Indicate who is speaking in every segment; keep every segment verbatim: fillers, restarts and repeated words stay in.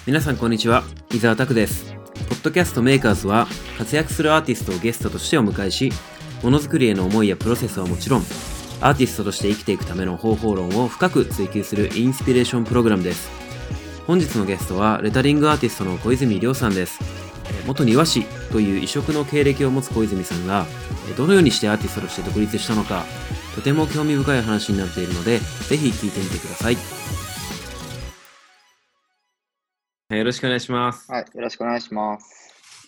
Speaker 1: 皆さんこんにちは、伊沢拓です。ポッドキャストメーカーズは活躍するアーティストをゲストとしてお迎えし、ものづくりへの思いやプロセスはもちろん、アーティストとして生きていくための方法論を深く追求するインスピレーションプログラムです。本日のゲストはレタリングアーティストの小泉亮さんです。元庭師という異色の経歴を持つ小泉さんがどのようにしてアーティストとして独立したのか、とても興味深い話になっているので、ぜひ聞いてみてください。よろしくお願いします。
Speaker 2: はい、よろしくお願いします。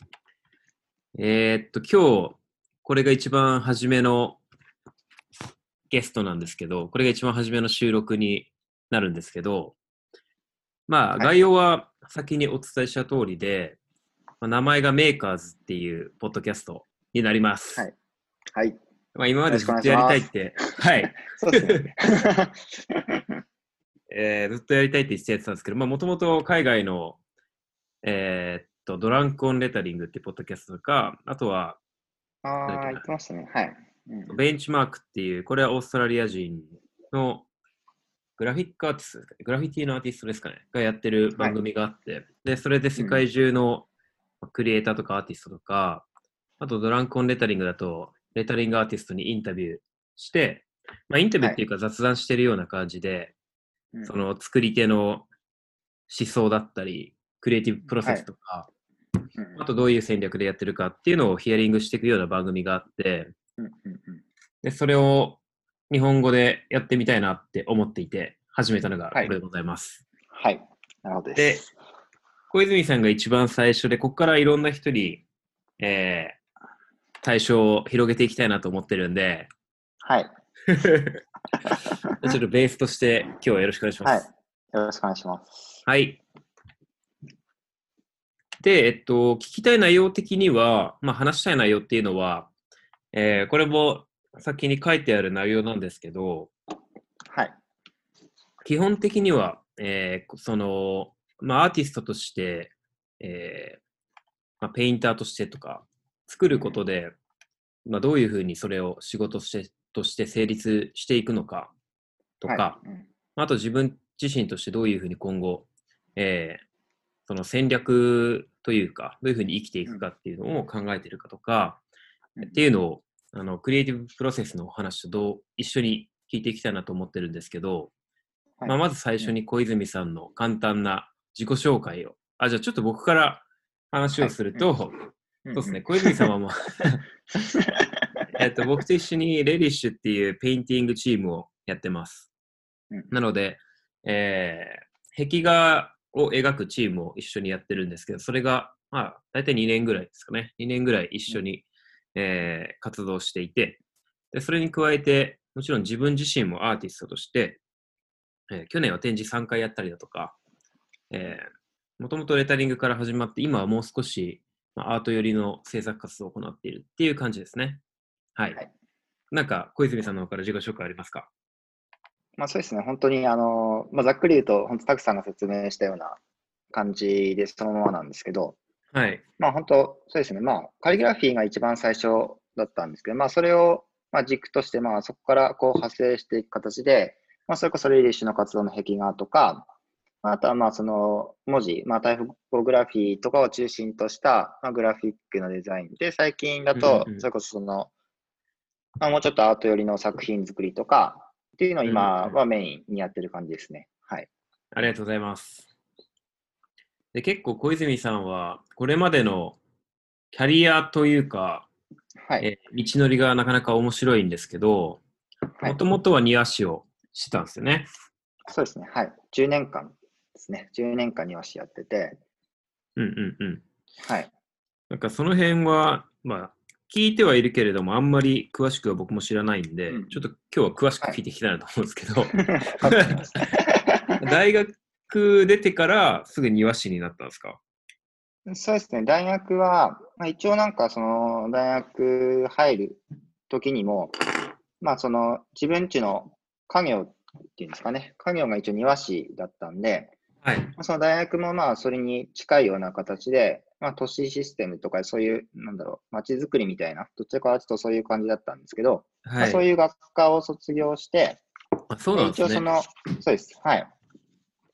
Speaker 1: えー、っと、今日、これが一番初めのゲストなんですけど、これが一番初めの収録になるんですけど、まあ、概要は先にお伝えした通りで、まあ、名前がメーカーズっていうポッドキャストになります。
Speaker 2: はい。はい。
Speaker 1: まあ、今までずっとやりたいって、はい。
Speaker 2: そうですね。
Speaker 1: えー、ずっとやりたいって言ってやってたんですけど、まあ、もともと海外の、えー、っと、ドランクオンレタリングっていうポッドキャストとか、あとは、
Speaker 2: ああ、言ってましたね。はい。
Speaker 1: うん、ベンチマークっていう、これはオーストラリア人のグラフィックアーティストですかね、グラフィティのアーティストですかね、がやってる番組があって、はい、で、それで世界中のクリエイターとかアーティストとか、うん、あとドランクオンレタリングだと、レタリングアーティストにインタビューして、まあ、インタビューっていうか雑談してるような感じで、はい、その作り手の思想だったり、クリエイティブプロセスとか、はい、あとどういう戦略でやってるかっていうのをヒアリングしていくような番組があって、でそれを日本語でやってみたいなって思っていて始めたのがこれでございます。
Speaker 2: はい、はい、なるほどです。
Speaker 1: で、小泉さんが一番最初で、ここからいろんな人に、えー、対象を広げていきたいなと思ってるんで、
Speaker 2: はい。
Speaker 1: ちょっとベースとして今日はよろしくお願いします。
Speaker 2: はい、よろしくお願いします。
Speaker 1: はい。で、えっと、聞きたい内容的には、まあ、話したい内容っていうのは、えー、これも先に書いてある内容なんですけど、
Speaker 2: はい。
Speaker 1: 基本的には、えー、その、まあ、アーティストとして、えーまあ、ペインターとしてとか、作ることで、まあ、どういうふうにそれを仕事してとして成立していくのかとか、はい、うん、あと自分自身としてどういうふうに今後、えー、その戦略というか、どういうふうに生きていくかっていうのを考えているかとか、うん、っていうのを、あの、クリエイティブプロセスのお話とどう一緒に聞いていきたいなと思ってるんですけど、はい、まあ、まず最初に小泉さんの簡単な自己紹介を、あ、じゃあちょっと僕から話をすると、はい、そうですね、小泉さんはもうえっと、僕と一緒にレリッシュっていうペインティングチームをやってます。うん、なので、えー、壁画を描くチームを一緒にやってるんですけど、それが、まあ、大体にねんぐらいですかね。にねんぐらい一緒に、えー、活動していて、で、それに加えて、もちろん自分自身もアーティストとして、えー、去年は展示さんかいやったりだとか、えー、もともとレタリングから始まって、今はもう少し、まあ、アート寄りの制作活動を行っているっていう感じですね。はい。はい、なんか、小泉さんの方から自己紹介ありますか？
Speaker 2: まあ、そうですね、本当にあの、まあ、ざっくり言うと、本当、たくさんが説明したような感じでそのままなんですけど、
Speaker 1: はい。
Speaker 2: まあ、本当、そうですね、まあ、カリグラフィーが一番最初だったんですけど、まあ、それを、まあ、軸として、まあ、そこからこう派生していく形で、まあ、それこそレイリッシュの活動の壁画とか、あとは、まあ、その文字、まあ、タイポグラフィーとかを中心とした、まあ、グラフィックのデザインで、最近だと、それこそその、まあ、もうちょっとアート寄りの作品作りとかっていうのを今はメインにやってる感じですね。はい。
Speaker 1: ありがとうございます。で、結構小泉さんは、これまでのキャリアというか、はい、え道のりがなかなか面白いんですけど、もともとは庭師をしてたんですよね。
Speaker 2: そうですね。はい。じゅうねんかんですね。じゅうねんかん庭師やってて。
Speaker 1: うんうんうん。
Speaker 2: はい。
Speaker 1: なんかその辺は、まあ、聞いてはいるけれども、あんまり詳しくは僕も知らないんで、うん、ちょっと今日は詳しく聞いていきたいなと思うんですけど、はい、大学出てからすぐ庭師になったんですか？
Speaker 2: そうですね。大学は、まあ、一応なんかその大学入る時にも、まあその自分家の家業っていうんですかね。家業が一応庭師だったんで、
Speaker 1: はい、
Speaker 2: その大学もまあそれに近いような形で、まあ都市システムとかそういう、なんだろう、街づくりみたいな、どちらかというとそういう感じだったんですけど、はい、まあ、そういう学科を卒業して、
Speaker 1: あ、そうなんですね。
Speaker 2: 一応その、そうです。はい。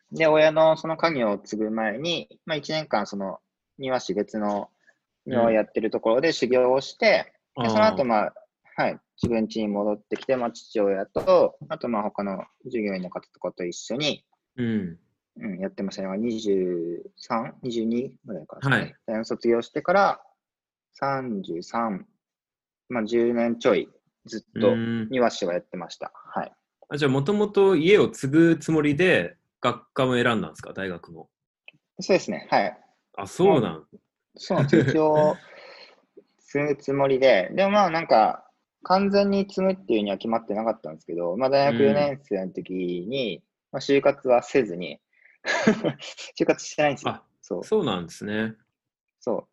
Speaker 2: で、親のその家業を継ぐ前に、まあいちねんかんその庭師別の庭をやってるところで修行をして、でその後、
Speaker 1: ああ、
Speaker 2: まあ、はい、自分家に戻ってきて、まあ父親と、あとまあ他の従業員の方とかと一緒に、
Speaker 1: うん。
Speaker 2: うん、やってましたね。にじゅうさん、にじゅうにぐらいからですかね。
Speaker 1: はい。
Speaker 2: 大学卒業してからさんじゅうさん、まあじゅうねんちょいずっ
Speaker 1: う
Speaker 2: と
Speaker 1: ーん。
Speaker 2: 庭師はやってました。はい。
Speaker 1: あ、じゃあ、もともと家を継ぐつもりで、学科も選んだんですか、大学も。
Speaker 2: そうですね。はい。
Speaker 1: あ、そ
Speaker 2: もう、
Speaker 1: うなん。
Speaker 2: そうなんですよ。一応、積むつもりで、でもまあなんか、完全に積むっていうには決まってなかったんですけど、まあ大学
Speaker 1: うん。
Speaker 2: よねん生の時に、まあ、就活はせずに就活してないんですよ。
Speaker 1: あ、
Speaker 2: そう。
Speaker 1: そうなんですね。
Speaker 2: そう。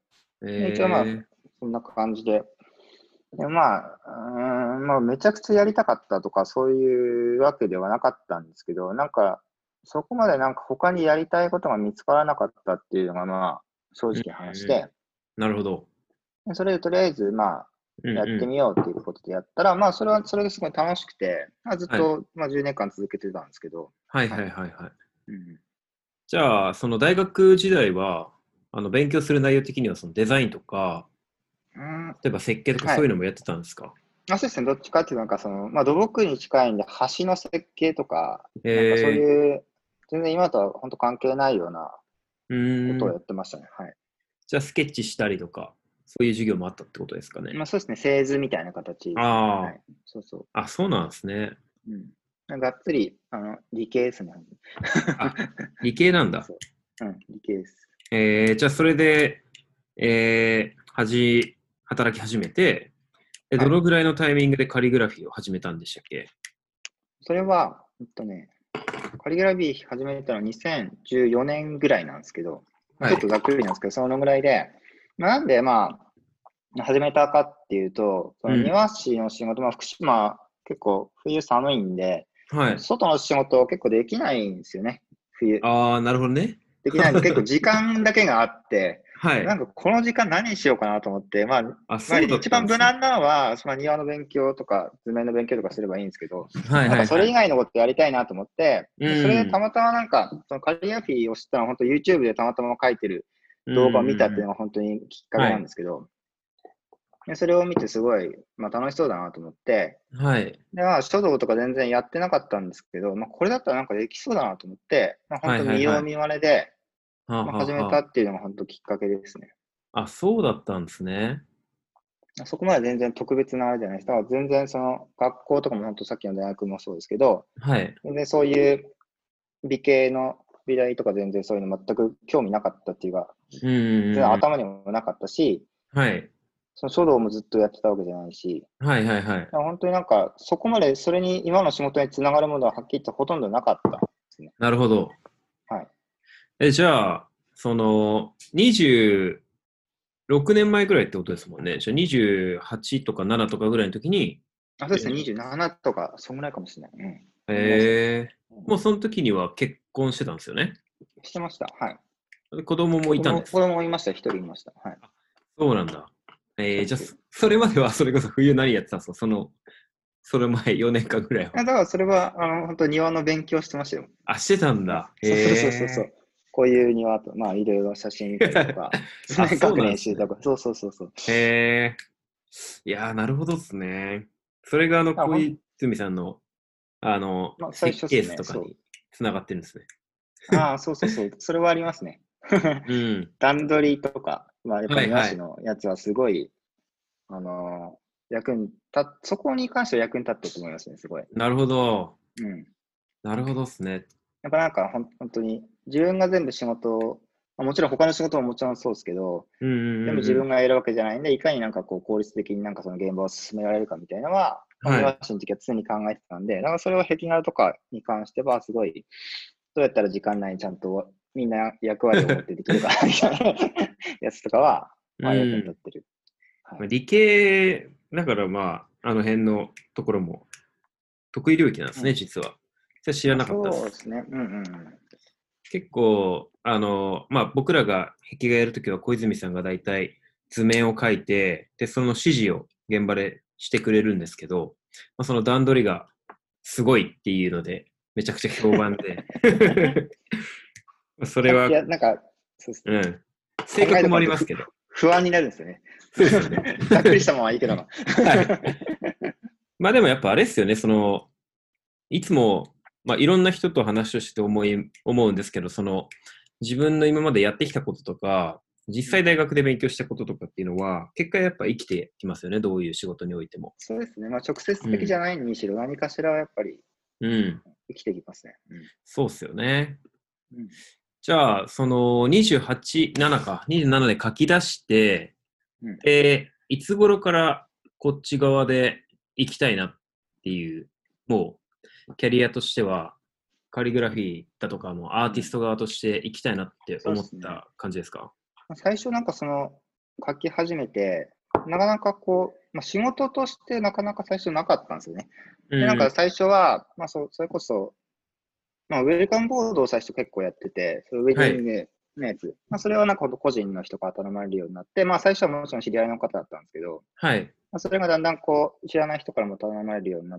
Speaker 2: で、一応まあ、
Speaker 1: え
Speaker 2: そんな感じで。でもまあ、うーん、まあめちゃくちゃやりたかったとかそういうわけではなかったんですけど、なんか、そこまでなんか他にやりたいことが見つからなかったっていうのがまあ、正
Speaker 1: ー、
Speaker 2: 直な話
Speaker 1: うん。
Speaker 2: で、
Speaker 1: なるほど。
Speaker 2: でそれでとりあえず、まあ、
Speaker 1: うん
Speaker 2: やって
Speaker 1: う
Speaker 2: みようっていうことでやったら、まあ、それは、それですごい楽しくて、まあ、ずっ
Speaker 1: ん。はい。
Speaker 2: と、まあ、じゅうねんかん続けてたんですけど、
Speaker 1: はい
Speaker 2: はい。
Speaker 1: はいはいはい。
Speaker 2: うん。
Speaker 1: じゃあ、その大学時代は、あの、勉強する内容的には、そのデザインとか、
Speaker 2: うーん、
Speaker 1: 例えば設計とか
Speaker 2: はい。
Speaker 1: そういうのもやってたんですか？
Speaker 2: あ、そうですね。どっちかっていうと、なんかその、まあ、土木に近いんで、橋の設計とか、なんかそう
Speaker 1: え
Speaker 2: いう、全然今とは本当関係ないような
Speaker 1: ー、うーん。
Speaker 2: ことをやってましたね。はい。
Speaker 1: じゃあ、スケッチしたりとか、そういう授業もあったってことですかね。
Speaker 2: まあ、そうですね。製図みたいな形ですね。は
Speaker 1: あ
Speaker 2: い。そうそ
Speaker 1: あ、あ、そうなんですね。
Speaker 2: う。うん。がっつり、あの、理系ですね。
Speaker 1: あ、理系なんだ。
Speaker 2: そう。うん、理系です。
Speaker 1: えー、じゃあ、それで、えー、はじ、働き始めて、で、
Speaker 2: はい。
Speaker 1: どのぐらいのタイミングでカリグラフィーを始めたんでしたっけ？
Speaker 2: それは、えっとね、カリグラフィー始めたのはにせんじゅうよねんぐらいなんですけど、
Speaker 1: はい。
Speaker 2: ちょっとざっくりなんですけど、そのぐらいで、まあなんでまあ、始めたかっていうと、その
Speaker 1: うん。
Speaker 2: 庭師の仕事、まあ福島結構冬寒いんで、
Speaker 1: はい。
Speaker 2: 外の仕事結構できないんですよね、冬。
Speaker 1: ああ、なるほどね。
Speaker 2: できないんで結構時間だけがあって、
Speaker 1: はい。
Speaker 2: なんかこの時間何しようかなと思って、まあ、
Speaker 1: あ、
Speaker 2: まあ
Speaker 1: そうだっ
Speaker 2: 一番無
Speaker 1: たんですね。
Speaker 2: 難なのは、まあ庭の勉強とか図面の勉強とかすればいいんですけど、
Speaker 1: はい
Speaker 2: なんか
Speaker 1: はいはい。
Speaker 2: それ以外のことやりたいなと思って、
Speaker 1: う
Speaker 2: でそれでた
Speaker 1: ん。
Speaker 2: またまなんか、そのカリグラフィーを知ったのは本当 YouTube でたまたま書いてる
Speaker 1: うん
Speaker 2: 動画を見たっ
Speaker 1: うんう
Speaker 2: ていうのが本当にきっか
Speaker 1: ん。
Speaker 2: け
Speaker 1: はい。
Speaker 2: なんですけど、でそれを見てすごい、まあ、楽しそうだなと思って、
Speaker 1: はい。
Speaker 2: で、まあ、書道とか全然やってなかったんですけど、まあ、これだったらなんかできそうだなと思って、まあ、本
Speaker 1: はい
Speaker 2: 当
Speaker 1: はいはい。
Speaker 2: 見よう見まねで、
Speaker 1: はあ
Speaker 2: まあ、
Speaker 1: はあは
Speaker 2: 始めたっていうのが本当きっかけですね。
Speaker 1: あ。あ、そうだったんですね。
Speaker 2: そこまで全然特別なあれじゃないです。だから全然その学校とかも本当さっきの大学もそうですけど、
Speaker 1: はい。
Speaker 2: 全然そういう理系の美大とか全然そういうの全く興味なかったっていうか、
Speaker 1: うんうんうんうん。
Speaker 2: 全然頭にもなかったし、
Speaker 1: はい。
Speaker 2: その書道もずっとやってたわけじゃないし、
Speaker 1: はいはいはい。
Speaker 2: だから本当になんかそこまでそれに今の仕事につながるものははっきり言ってほとんどなかったですね。
Speaker 1: なるほど。
Speaker 2: はい。
Speaker 1: え、じゃあ、その、にじゅうろくねんまえぐらいってことですもんね。じゃあにじゅうはちとかななとかぐらいの時に、
Speaker 2: あ、そうですね、にじゅうななとか、そんぐらいかもしれない。うん。そんぐらいですね。
Speaker 1: ええ、
Speaker 2: うん、
Speaker 1: もうその時には結婚してたんですよね。
Speaker 2: してました。はい。
Speaker 1: で子供も
Speaker 2: 子供、
Speaker 1: いたんです。
Speaker 2: 子供いました。一人いました。はい。
Speaker 1: そうなんだ。えー、じゃあ、
Speaker 2: そうそう。
Speaker 1: そそれまではそれこそ冬何やってたんですか？その、その前よねんかんぐらいは。
Speaker 2: あだからそれは、あの、本当庭の勉強してましたよ。
Speaker 1: あ、してたん
Speaker 2: はい。
Speaker 1: だ。
Speaker 2: そうそうそうそうそ
Speaker 1: へ
Speaker 2: う。こういう庭と、まあ、いろいろ写真見たりと
Speaker 1: え。
Speaker 2: か、図
Speaker 1: あ、
Speaker 2: 面描
Speaker 1: そう
Speaker 2: く
Speaker 1: なんですね。
Speaker 2: 練習とか、そうそうそうそう。
Speaker 1: へえ。いやー、なるほどですね。それが、あの、
Speaker 2: あ、ほん、
Speaker 1: 小泉さんの、あの、
Speaker 2: まあ、最
Speaker 1: 設計
Speaker 2: 初っすね。そう。
Speaker 1: 図とかにつながってるんですね。
Speaker 2: ああ、そうそうそう。それはありますね。
Speaker 1: うん。
Speaker 2: 段取りとか、まあ、やっぱ庭師
Speaker 1: はいはい。
Speaker 2: のやつはすごい、あのー役に立っ、そこに関しては役に立ったと思いますね、すごい。
Speaker 1: なるほど。
Speaker 2: うん。
Speaker 1: なるほどですね。
Speaker 2: やっぱなんかほん、本当に、自分が全部仕事を、まあ、もちろん他の仕事ももちろんそうですけど、
Speaker 1: うん
Speaker 2: 全部
Speaker 1: うんうんうん。
Speaker 2: 自分がやるわけじゃないんで、いかになんかこう効率的になんかその現場を進められるかみたいなのは、まあ、
Speaker 1: はい。
Speaker 2: 庭師の時は常に考えてたんで、だからそれを壁画とかに関してはすごい、どうやったら時間内にちゃんとみんな役割を持ってできるかみたいなやつとかは、
Speaker 1: う
Speaker 2: まあ役に立
Speaker 1: ん。
Speaker 2: ってる。はい。
Speaker 1: まあ理系だからまあ、あの辺のところも得意領域なんですね、
Speaker 2: うん。
Speaker 1: 実は。それ知ら
Speaker 2: まあ
Speaker 1: なかったです。
Speaker 2: そうですね。うんうんうん。
Speaker 1: 結構、あの、まあ僕らが壁画やるときは小泉さんが大体図面を描いて、で、その指示を現場でしてくれるんですけど、まあ、その段取りがすごいっていうので、 めちゃくちゃ評判で。それは、
Speaker 2: いや、なんか、そうですね。
Speaker 1: うん。性格もありますけど。
Speaker 2: 不安になるんですよね。
Speaker 1: そうですよね。
Speaker 2: ざっくりしたままいいけどな。
Speaker 1: はい。まあでもやっぱあれですよね、その、いつも、まあいろんな人と話をして思い、思うんですけど、その、自分の今までやってきたこととか、実際大学で勉強したこととかっていうのは、結果やっぱ生きてきますよね、どういう仕事においても。
Speaker 2: そうですね。まあ直接的じゃないにしろ、何かしらはやっぱり
Speaker 1: うん。
Speaker 2: 生きてきますね。うん。
Speaker 1: そうっすよね。
Speaker 2: うん、
Speaker 1: じゃあ、そのにじゅうはち、ななか、にじゅうななで書き出して、
Speaker 2: うん、
Speaker 1: で、いつ頃からこっち側で行きたいなっていう、もう、キャリアとしては、カリグラフィーだとか、もうアーティスト側として行きたいなって思っ
Speaker 2: そうですね。
Speaker 1: た感じですか？
Speaker 2: 最初なんかその書き始めて、なかなかこう、まあ、仕事としてなかなか最初なかったんですよね。で、なん
Speaker 1: うん。
Speaker 2: か最初は、まあそ、それこそ、まあ、ウェルカムボードを最初結構やってて、そのウェ
Speaker 1: はい。
Speaker 2: ディングのやつ。まあ、それはなんか個人の人から頼まれるようになって、まあ最初はもちろん知り合いの方だったんですけど、
Speaker 1: はい。
Speaker 2: まあ、それがだんだんこう、知らない人からも頼まれるようになって、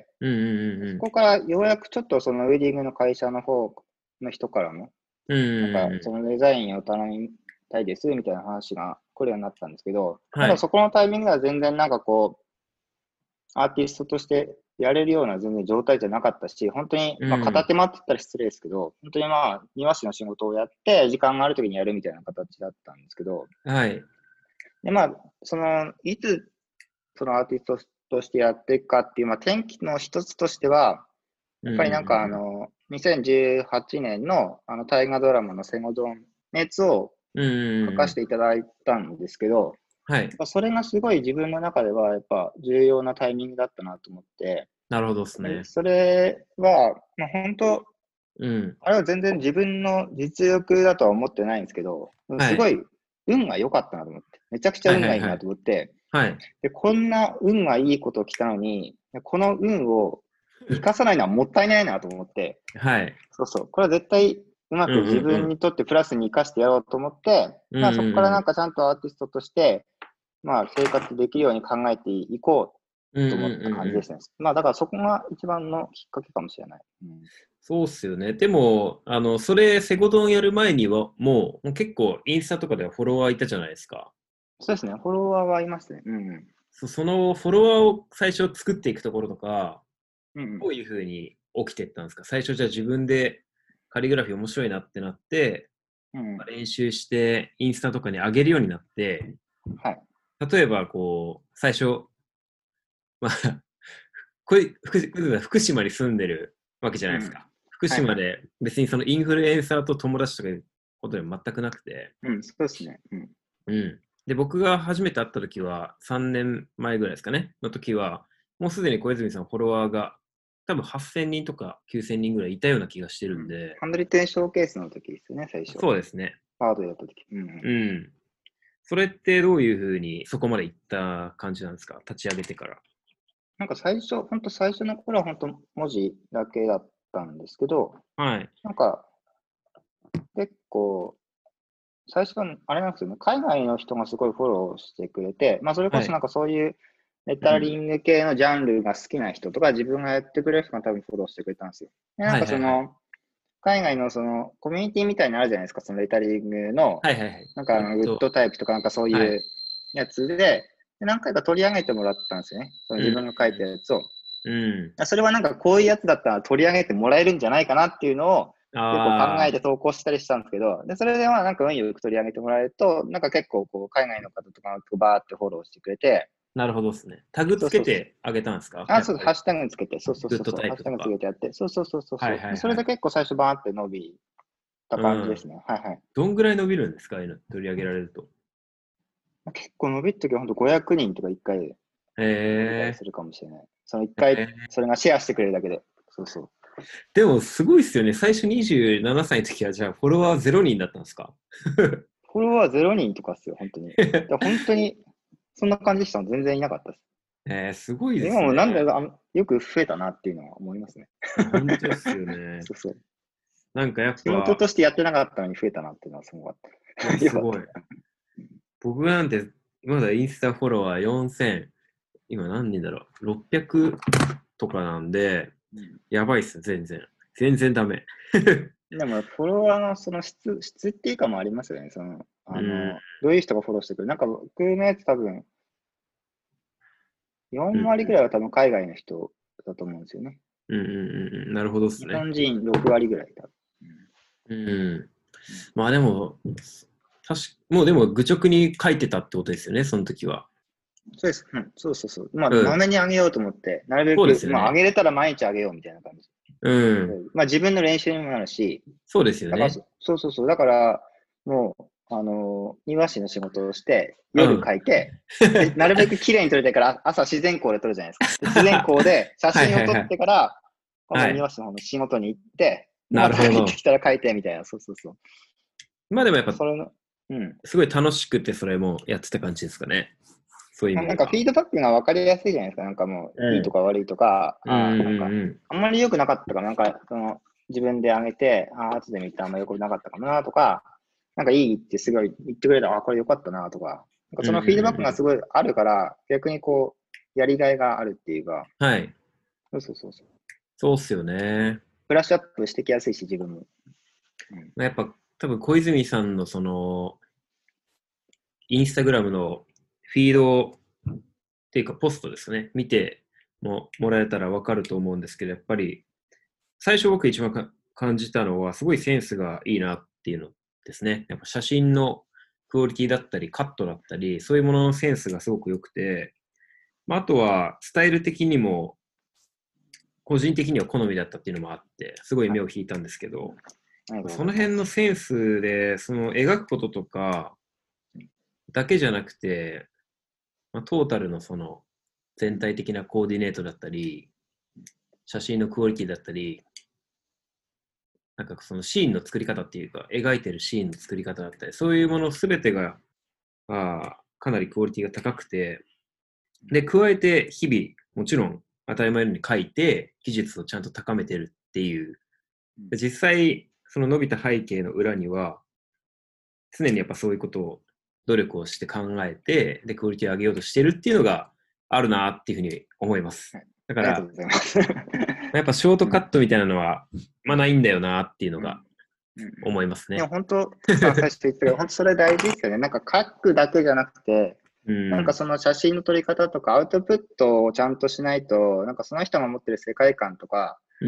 Speaker 1: うんうんうん
Speaker 2: そこからようやくちょっとそのウェディングの会社の方の人からも、
Speaker 1: うん。うん
Speaker 2: なんか、
Speaker 1: うんうん。
Speaker 2: そのデザインを頼みたいですみたいな話が来るようになったんですけど、ま
Speaker 1: はい。
Speaker 2: だそこのタイミングでは全然なんかこう、アーティストとしてやれるような全然状態じゃなかったし、本当に、まあ片
Speaker 1: うん。
Speaker 2: 手間って言ったら失礼ですけど、本当にまあ庭師の仕事をやって、時間がある時にやるみたいな形だったんですけど、
Speaker 1: はい。
Speaker 2: でまあ、その、いつそのアーティストとしてやっていくかっていう、まあ転機の一つとしては、
Speaker 1: うんうん
Speaker 2: やっぱりなんかあ
Speaker 1: うん
Speaker 2: の、にせんじゅうはちねんのあの大河ドラマの戦後ドンのやつを
Speaker 1: うん。うんうんうんうん。
Speaker 2: 書かせていただいたんですけど、
Speaker 1: はい。
Speaker 2: それがすごい自分の中ではやっぱ重要なタイミングだったなと思って、
Speaker 1: なるほどですね。
Speaker 2: それは、まあ、本当、
Speaker 1: うん。
Speaker 2: あれは全然自分の実力だとは思ってないんですけど、
Speaker 1: はい。
Speaker 2: すごい運が良かったなと思って、めちゃくちゃ運がいいな
Speaker 1: はいはいはい。
Speaker 2: と思って、
Speaker 1: はい。
Speaker 2: で、こんな運がいいこと来たのに、この運を生かさないのはもったいないなと思って、
Speaker 1: はい。
Speaker 2: そうそう。これは絶対うま
Speaker 1: うん
Speaker 2: く自
Speaker 1: うんうん。
Speaker 2: 分にとってプラスに生かしてやろうと思って、
Speaker 1: うん
Speaker 2: まあそこから
Speaker 1: うんうん。
Speaker 2: なんかちゃんとアーティストとして、まあ生活できるように考えていこ
Speaker 1: うんうん
Speaker 2: うと思った
Speaker 1: うんうん。
Speaker 2: 感じですね。まあだからそこが一番のきっかけかもしれない。うん、
Speaker 1: そうっすよね。でも、あの、それ、セゴドンやる前には、もう、もう結構、インスタとかではフォロワーいたじゃないですか。
Speaker 2: そうですね。フォロワーはいますね。うん、
Speaker 1: そそのフォロワーを最初作っていくところとか、
Speaker 2: うん。うん
Speaker 1: どういうふうに起きていったんですか？最初じゃあ自分でカリグラフィー面白いなってなって、
Speaker 2: うん。うん。
Speaker 1: 練習してインスタとかに上げるようになって、
Speaker 2: はい。
Speaker 1: 例えばこう、最初、まあ、これ福福島に住んでるわけじゃ
Speaker 2: うん。
Speaker 1: ないですか。福
Speaker 2: はいはい。
Speaker 1: 島で別にそのインフルエンサーと友達とかいうことで全くなくて、
Speaker 2: うん、そうですね。うん。
Speaker 1: うん。で、僕が初めて会った時はさんねんまえぐらいですかね、の時は、もうすでに小泉さんフォロワーが多分はっせんにんとかきゅうせんにんぐらいいたような気がしてる
Speaker 2: うん。
Speaker 1: んで、
Speaker 2: ハンドリテンショーケースの時ですよね、最初。
Speaker 1: そうですね。
Speaker 2: ハードやった時。うん、うん。
Speaker 1: うん。それってどういうふうにそこまでいった感じなんですか？立ち上げてから。
Speaker 2: なんか最初、本当最初の頃は本当文字だけだったんですけど、
Speaker 1: はい。
Speaker 2: なんか結構、最初はあれなんですよね、海外の人がすごいフォローしてくれて、まあそれこ
Speaker 1: はい。
Speaker 2: そなんかそういうレ
Speaker 1: うん。
Speaker 2: タリング系のジャンルが好きな人とか、自分がやってくれる人が多分フォローしてくれたんですよ。で、なん
Speaker 1: はいはいはい。
Speaker 2: かその、海外のそのコミュニティみたいなのあるじゃないですか、そのレタリングの、
Speaker 1: はいはいはい。
Speaker 2: なんかあのグッ
Speaker 1: グッド。
Speaker 2: ドタイプとかなんかそう
Speaker 1: はい。
Speaker 2: いうやつで、で何回か取り上げてもらったんですよね。その
Speaker 1: うん。
Speaker 2: 自分が書いたやつを。
Speaker 1: うん。
Speaker 2: それはなんかこういうやつだったら取り上げてもらえるんじゃないかなっていうのを結構考え
Speaker 1: ああ、
Speaker 2: て投稿したりしたんですけど、で、それでまあなんか運よく取り上げてもらえると、なんか結構こう海外の方とかがバーってフォローしてくれて、
Speaker 1: なるほどですね。タグつけ
Speaker 2: そうそうそう。
Speaker 1: てあげたんですか？
Speaker 2: あ、そう、
Speaker 1: やっぱり。
Speaker 2: ハッシュタグにつけて、そうそう
Speaker 1: グッド
Speaker 2: そうそう、ハッシュタグつ
Speaker 1: タイプとか。
Speaker 2: けてやって、そうそうそうそう
Speaker 1: はい
Speaker 2: そう。それ
Speaker 1: はいはい。
Speaker 2: で結構最初バーって伸びた
Speaker 1: うん。
Speaker 2: 感じですね。はいはい。
Speaker 1: どんぐらい伸びるんですか？ああいうの取り上げられると。
Speaker 2: 結構伸びるときは本当ごひゃくにんとかいっかいで
Speaker 1: へ
Speaker 2: 伸びたりす
Speaker 1: え。
Speaker 2: るかもしれない。そのいっかい、
Speaker 1: へえ。
Speaker 2: それがシェアしてくれるだけで。そうそう。
Speaker 1: でも、すごいっすよね。最初にじゅうななさいの時は、じゃあ、フォロワーゼロにんだったんですか？
Speaker 2: フォロワーゼロにんとかっすよ、本当に。で本当に、そんな感じでした全然いなかったです。
Speaker 1: えー、すごいですね。
Speaker 2: 今もなんであよく増えたなっていうのは思いますね。
Speaker 1: あ、本当っすよね。
Speaker 2: そうそう。
Speaker 1: なんかやっ
Speaker 2: 仕事
Speaker 1: ぱ、
Speaker 2: としてやってなかったのに増えたなっていうのはすごかっ
Speaker 1: いや、
Speaker 2: た。よかった。
Speaker 1: すごい。僕なんて、まだインスタフォロワーよんせん、今何人だろう？ ろっぴゃく とかなんで、
Speaker 2: うん、
Speaker 1: やばいっす、全然。 全然ダメ。
Speaker 2: でも、フォロワーのその質、質っていうかもありますよね。その、あ
Speaker 1: うん
Speaker 2: の、どういう人がフォローしてくる。なんか僕のやつ多分、
Speaker 1: うん
Speaker 2: よん割ぐらいは多分海外の人だと思うんですよね。
Speaker 1: うんうんうんうん。なるほどです
Speaker 2: 日
Speaker 1: ね。
Speaker 2: 本人ろく割ぐらいだ。
Speaker 1: うん。
Speaker 2: うん
Speaker 1: まあでも、確か、もうでも愚直に書いてたってことですよね、その時は。
Speaker 2: そうです。うん、そうそうそう。まあ、
Speaker 1: うん。
Speaker 2: まめにあげようと思って、なるべ
Speaker 1: そうで
Speaker 2: く、まあ、あ
Speaker 1: すよね。
Speaker 2: げれたら毎日あげようみたいな感じ。
Speaker 1: う
Speaker 2: で
Speaker 1: ん。
Speaker 2: まあ、自分の練習にもなるし、
Speaker 1: そうですよ
Speaker 2: だから
Speaker 1: ね。
Speaker 2: そそうそうそう。だから、もう、あのー庭師の仕事をして、夜
Speaker 1: うん。
Speaker 2: 書いて、で、なるべく綺麗に撮りたいから、朝自然光で撮るじゃないですか。で自然光で写
Speaker 1: はい
Speaker 2: 真を撮っ
Speaker 1: はいはい。
Speaker 2: てから、今度
Speaker 1: はい。
Speaker 2: 庭師の方の仕事に行って、で、
Speaker 1: な
Speaker 2: また
Speaker 1: るほど。
Speaker 2: 帰ってきたら書いてみたいな。そうそうそう。
Speaker 1: まあでもやっぱ、
Speaker 2: それの、うん。
Speaker 1: すごい楽しくてそれもやってた感じですかね。そういう意
Speaker 2: まあ、
Speaker 1: 味では。
Speaker 2: なんかフィードバックが分かりやすいじゃないですか。なんかもう、いいと
Speaker 1: うん。
Speaker 2: か悪いとか、
Speaker 1: うんう
Speaker 2: あなんか、
Speaker 1: んうん
Speaker 2: あんまり良くなかったかな、なんか、その、自分で上げて、あ後で見たらあんま良くなかったかもなとか、なんかいいってすごい言ってくれたら、あ、これ良かったなとか、なんか
Speaker 1: うん。うん
Speaker 2: そのフィードバック
Speaker 1: うんうん。
Speaker 2: がすごいあるから、逆にこう、やりがいがあるっていうか、
Speaker 1: はい。
Speaker 2: そうそうそうそう。
Speaker 1: そうっすよね。
Speaker 2: ブラッシュアップしてきやすいし、自分も。うん。
Speaker 1: やっぱ多分小泉さんのその、インスタグラムのフィードっていうかポストですね。見てももらえたらわかると思うんですけど、やっぱり最初僕一番か感じたのは、すごいセンスがいいなっていうのですね。やっぱ写真のクオリティだったり、カットだったり、そういうもののセンスがすごく良くて、まあ、あとはスタイル的にも、個人的には好みだったっていうのもあって、すごい
Speaker 2: はい。
Speaker 1: 目を引いたんですけど、
Speaker 2: ありがとうご
Speaker 1: その辺の
Speaker 2: ざいます。
Speaker 1: センスで、その描くこととかだけじゃなくて、まあ、トータルのその全体的なコーディネートだったり、写真のクオリティだったり、なんかそのシーンの作り方っていうか、描いてるシーンの作り方だったり、そういうものすべてが、あかなりクオリティが高くて、で、加えて日々、もちろん当たり前のように書いて、技術をちゃんと高めてるっていう、
Speaker 2: うん
Speaker 1: で実際、その伸びた背景の裏には、常にやっぱそういうことを努力をして考えて、で、クオリティを上げようとしてるっていうのがあるなっていうふうに思います。
Speaker 2: はい。
Speaker 1: だから、
Speaker 2: ありがとうございます。
Speaker 1: やっぱショート
Speaker 2: うん。
Speaker 1: カットみたいなのは、まあないんだよなっていうの
Speaker 2: うん。
Speaker 1: が
Speaker 2: うん。
Speaker 1: 思います
Speaker 2: でも
Speaker 1: ね。
Speaker 2: 本当、トさん最初言ってたけど、本当それ大事ですよね。なんか書くだけじゃなくて、
Speaker 1: うん。
Speaker 2: なんかその写真の撮り方とかアウトプットをちゃんとしないと、なんかその人が持ってる世界観とか
Speaker 1: うん。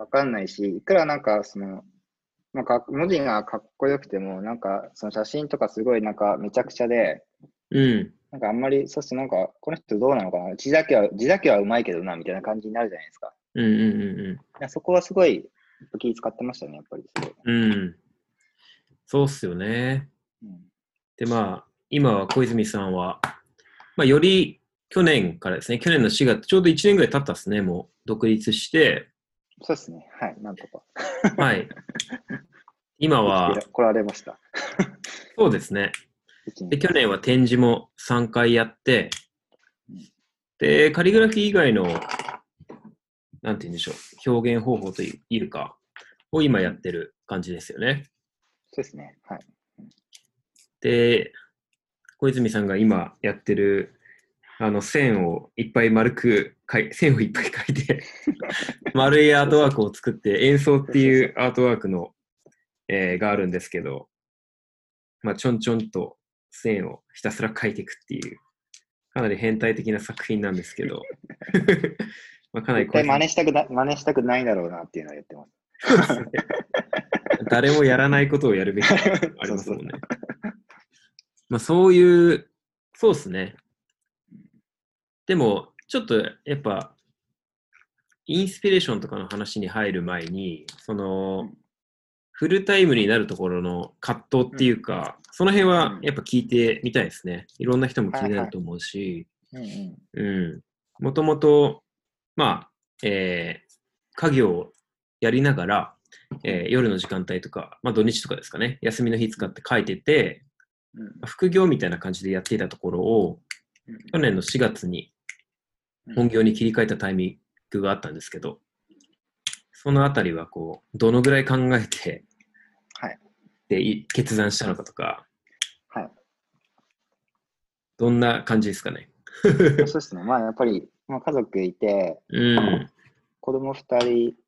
Speaker 2: わかんないし、いくらなんかその、なんか文字がかっこよくても、なんかその写真とかすごいなんかめちゃくちゃで、
Speaker 1: うん。
Speaker 2: なんかあんまり、そうするとなんかこの人どうなのかな、字だけは、字だけはうまいけどな、みたいな感じになるじゃないですか。
Speaker 1: うん。うん。
Speaker 2: いやそこはすごい気使ってましたね、やっぱりすごい。
Speaker 1: うん。うん。そうっすよね。
Speaker 2: うん、
Speaker 1: で、まあ、今は小泉さんは、まあ、より去年からですね、去年のしがつ、ちょうどいちねんぐらい経ったっすね、もう独立して、
Speaker 2: そうですね。はい、なんとか。
Speaker 1: はい。今
Speaker 2: 生きて
Speaker 1: は、
Speaker 2: こられました。
Speaker 1: そうですね。
Speaker 2: 1
Speaker 1: で、
Speaker 2: 年です。
Speaker 1: 去年は展示もさんかいやって、
Speaker 2: うん、
Speaker 1: で、カリグラフィー以外の、なんて言うんでしょう、表現方法というか、を今やってる感じですよね。
Speaker 2: そうですね。はい。
Speaker 1: で、小泉さんが今やってる、あの、線をいっぱい丸く書い、線をいっぱい書いて丸いアー
Speaker 2: そうそう。
Speaker 1: トワークを作って、演奏って
Speaker 2: そうそうそう。
Speaker 1: いうアートワークの、えーがあるんですけど、まあ、ちょんちょんと線をひたすら書いていくっていう、かなり変態的な作品なんですけど、まあかなり
Speaker 2: 絶対真
Speaker 1: 小泉、
Speaker 2: 似したくな、真似したくないだろうなっていうのを言ってます。
Speaker 1: そうですね。誰もやらないことをやるべきっていうのがあり
Speaker 2: そうそう。
Speaker 1: ますもんね。まあそういう、そうですね。でも、ちょっとやっぱ、インスピレーションとかの話に入る前に、その、
Speaker 2: うん。
Speaker 1: フルタイムになるところの葛藤ってい
Speaker 2: うん。
Speaker 1: うか、その辺は
Speaker 2: うん。
Speaker 1: やっぱ聞いてみたいですね。いろんな人も気にな
Speaker 2: はいはい。
Speaker 1: ると思うし、
Speaker 2: うんうん。
Speaker 1: うん。もともと、まあ、えー、家業をやりながら、
Speaker 2: うん。
Speaker 1: えー夜の時間帯とか、まあ土日とかですかね、休みの日使って書いてて、
Speaker 2: うん。
Speaker 1: 副業みたいな感じでやっていたところを、
Speaker 2: うん。
Speaker 1: 去年のしがつに
Speaker 2: うん。
Speaker 1: 本業に切り替えたタイミングがあったんですけど、そのあたりはこう、どのぐらい考えて、
Speaker 2: はい。
Speaker 1: で、決断したのかとか、
Speaker 2: はい。
Speaker 1: どんな感じですかね。
Speaker 2: まあ、そうですね。まあやっぱり、まあ、家族いて、
Speaker 1: うん。
Speaker 2: 子供ふたり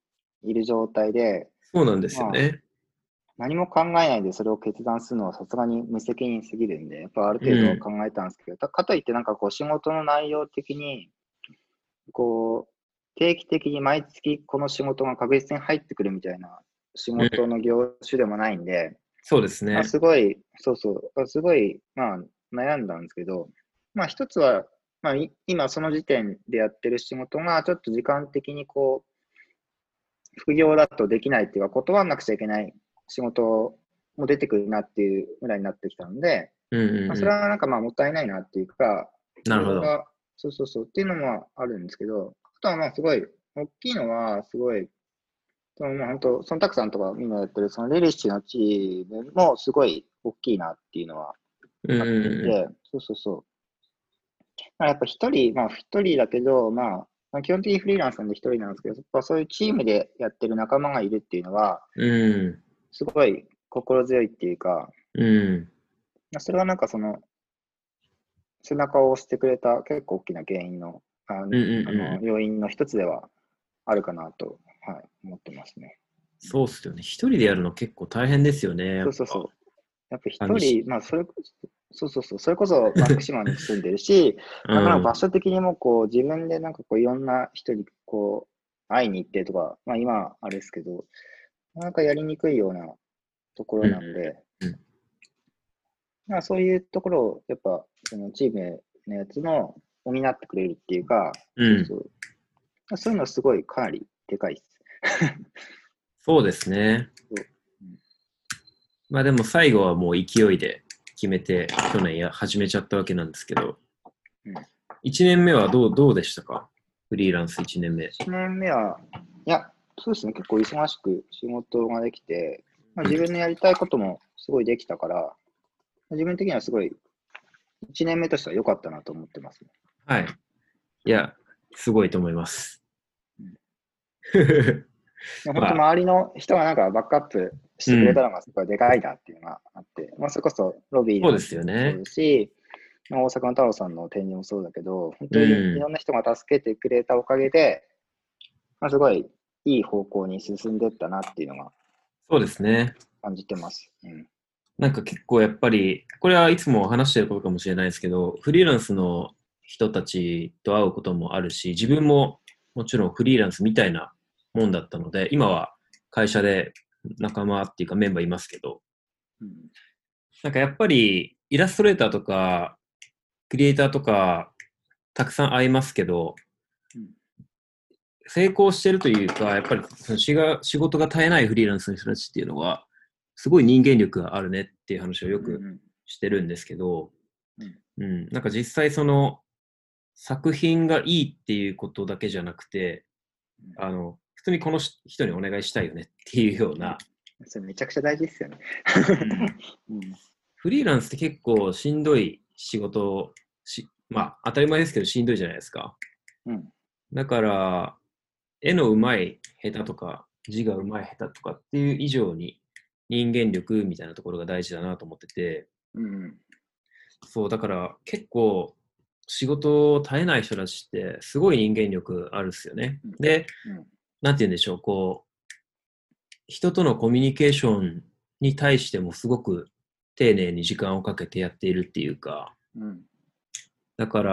Speaker 2: いる状態で、
Speaker 1: そうなんですよ
Speaker 2: まあ、
Speaker 1: ね。
Speaker 2: 何も考えないでそれを決断するのはさすがに無責任すぎるんで、やっぱある
Speaker 1: う
Speaker 2: 程度は
Speaker 1: ん。
Speaker 2: 考えたんですけど、たかといってなんかこう仕事の内容的に、こう、定期的に毎月この仕事が確実に入ってくるみたいな仕
Speaker 1: うん。
Speaker 2: 事の業種でもないんで、
Speaker 1: そうです
Speaker 2: まあ、
Speaker 1: ね。
Speaker 2: すごい、そうそう、すごい、まあ、悩んだんですけど、まあ、一つは、まあ、い今その時点でやってる仕事が、ちょっと時間的にこう、副業だとできないっていうか、断らなくちゃいけない仕事も出てくるなっていうぐらいになってきたので、
Speaker 1: うん
Speaker 2: まあ、
Speaker 1: うんう
Speaker 2: それはなんかまあもったいないなっていうか、
Speaker 1: ん。なるほど。
Speaker 2: それが、そうそうそうっていうのもあるんですけど、あとはまあすごい、大きいのは、すごい、そのまあ本当、そのたくさんとかみんなやってる、そのレリッシュのチームもすごい大きいなっていうのは
Speaker 1: うん
Speaker 2: あっ
Speaker 1: うんうん。
Speaker 2: て、そうそうそう。まあ、やっぱ一人、まあ一人だけど、まあ、まあ、基本的にフリーランスなんで一人なんですけど、やっぱそういうチームでやってる仲間がいるっていうのは、
Speaker 1: うん。
Speaker 2: すごい心強いっていうか、
Speaker 1: うん。
Speaker 2: まあそれはなんかその背中を押してくれた結構大きな原因の、あの、
Speaker 1: うんうん
Speaker 2: あの
Speaker 1: うん。
Speaker 2: 要因の一つではあるかなと、はい、思ってますね。うん、
Speaker 1: そうっすよね。一人でやるの結構大変ですよね、やっぱ。
Speaker 2: そうそうそう。やっぱ一人、
Speaker 1: 寂しい。
Speaker 2: まあ、それこそ、そうそうそう、それこそバンクシマンに住んでるし、
Speaker 1: うん。
Speaker 2: なかなか場所的にもこう、自分でなんかこう、いろんな人にこう、会いに行ってとか、まあ今、あれですけど、なかなかやりにくいようなところ
Speaker 1: うん
Speaker 2: なんで、
Speaker 1: うん。
Speaker 2: まあそういうところを、やっぱ、そのチームのやつの補ってくれるっていうか、
Speaker 1: うん。
Speaker 2: そうそう。そういうのすごいかなりでかいです。
Speaker 1: そうですね。
Speaker 2: そう。うん、
Speaker 1: まあでも最後はもう勢いで決めて去年や始めちゃったわけなんですけど、
Speaker 2: うん、
Speaker 1: いちねんめはどう、どうでしたか？フリーランスいちねんめ。
Speaker 2: いちねんめは、いや、そうですね、結構忙しく仕事ができて、まあ、
Speaker 1: うん。
Speaker 2: 自分のやりたいこともすごいできたから、自分的にはすごいいちねんめとしては良かったなと思ってますね。
Speaker 1: はい。いや、すごいと思います。
Speaker 2: うん、で本当、
Speaker 1: まあ、
Speaker 2: 周りの人がなんかバックアップしてくれた
Speaker 1: うん。
Speaker 2: のがすごいでかいなっていうのがあって、まあ、それこそロビーの
Speaker 1: そうで
Speaker 2: チームもそう
Speaker 1: すよね。
Speaker 2: ですし、まあ、大阪の太郎さんの展示もそうだけど、本
Speaker 1: う
Speaker 2: 当にい
Speaker 1: ん。
Speaker 2: ろんな人が助けてくれたおかげで、まあ、すごいいい方向に進んでいったなっていうのが
Speaker 1: そうですね。
Speaker 2: 感じてます。うん。
Speaker 1: なんか結構やっぱり、これはいつも話してることかもしれないですけど、フリーランスの人たちと会うこともあるし、自分ももちろんフリーランスみたいなもんだったので、今は会社で仲間っていうかメンバーいますけど、
Speaker 2: うん。
Speaker 1: なんかやっぱりイラストレーターとかクリエイターとかたくさん会いますけど、
Speaker 2: うん。
Speaker 1: 成功してるというか、やっぱりその仕が仕事が絶えないフリーランスの人たちっていうのは、すごい人間力があるねっていう話をよく
Speaker 2: うん。
Speaker 1: してるんですけど、
Speaker 2: うん。
Speaker 1: うん、なんか実際その作品がいいっていうことだけじゃなくて、あの、普通にこの人にお願いしたいよねっていうよう
Speaker 2: うん。
Speaker 1: な、
Speaker 2: それめちゃくちゃ大事ですよね。
Speaker 1: うん、
Speaker 2: うん。
Speaker 1: フリーランスって結構しんどい仕事し、まあ当たり前ですけどしんどいじゃないですか。
Speaker 2: うん。
Speaker 1: だから、絵の上手い下手とか、字が上手い下手とかっていう以上に人間力みたいなところが大事だなと思ってて、
Speaker 2: うん。
Speaker 1: そう、だから結構仕事を絶えない人たちってすごい人間力あるっすよね。
Speaker 2: うん。
Speaker 1: で、
Speaker 2: うん。
Speaker 1: なんて言うんでしょう、こう、人とのコミュニケーションに対してもすごく丁寧に時間をかけてやっているっていうか、
Speaker 2: うん。
Speaker 1: だから、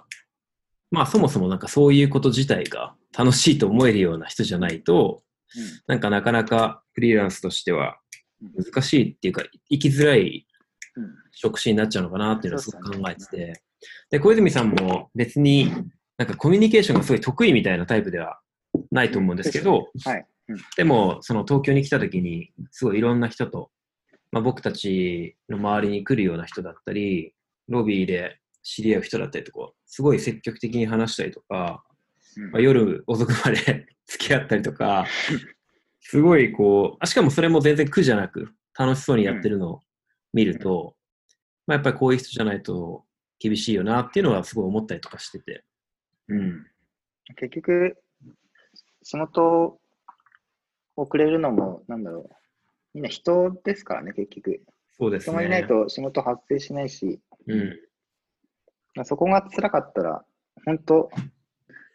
Speaker 1: まあそもそもなんかそういうこと自体が楽しいと思えるような人じゃ
Speaker 2: うん。
Speaker 1: ないと、
Speaker 2: うん。
Speaker 1: なんかなかなかフリーランスとしては
Speaker 2: うん。
Speaker 1: 難しいっていうか、生きづらい
Speaker 2: うん。
Speaker 1: 職種になっちゃうのかなっていうのはすごく
Speaker 2: そうっすよね。
Speaker 1: 考えてて。で、小泉さんも別になんかコミュニケーションがすごい得意みたいなタイプではない
Speaker 2: うん。
Speaker 1: と思うんで
Speaker 2: そうっすよね。
Speaker 1: すけど、
Speaker 2: はい。うん。
Speaker 1: でもその東京に来た時にすごいいろんな人と、まあ、僕たちの周りに来るような人だったり、ロビーで知り合う人だったりとか、すごい積極的に話したりとか、
Speaker 2: うん。
Speaker 1: まあ、夜遅くまで付き合ったりとか、すごいこう、あしかもそれも全然苦じゃなく楽しそうに
Speaker 2: うん。
Speaker 1: やってるのを見る
Speaker 2: うん。
Speaker 1: と、まあ、やっぱりこういう人じゃないと厳しいよなっていうのはすごい思ったりとかしてて。うん。
Speaker 2: うん。結局、仕事をくれるのも、なんだろう。みんな人ですからね、結局。
Speaker 1: そうで
Speaker 2: 人がいない
Speaker 1: すね。
Speaker 2: と仕事発生しないし、うん。
Speaker 1: うん。
Speaker 2: まあそこが辛かったら、本当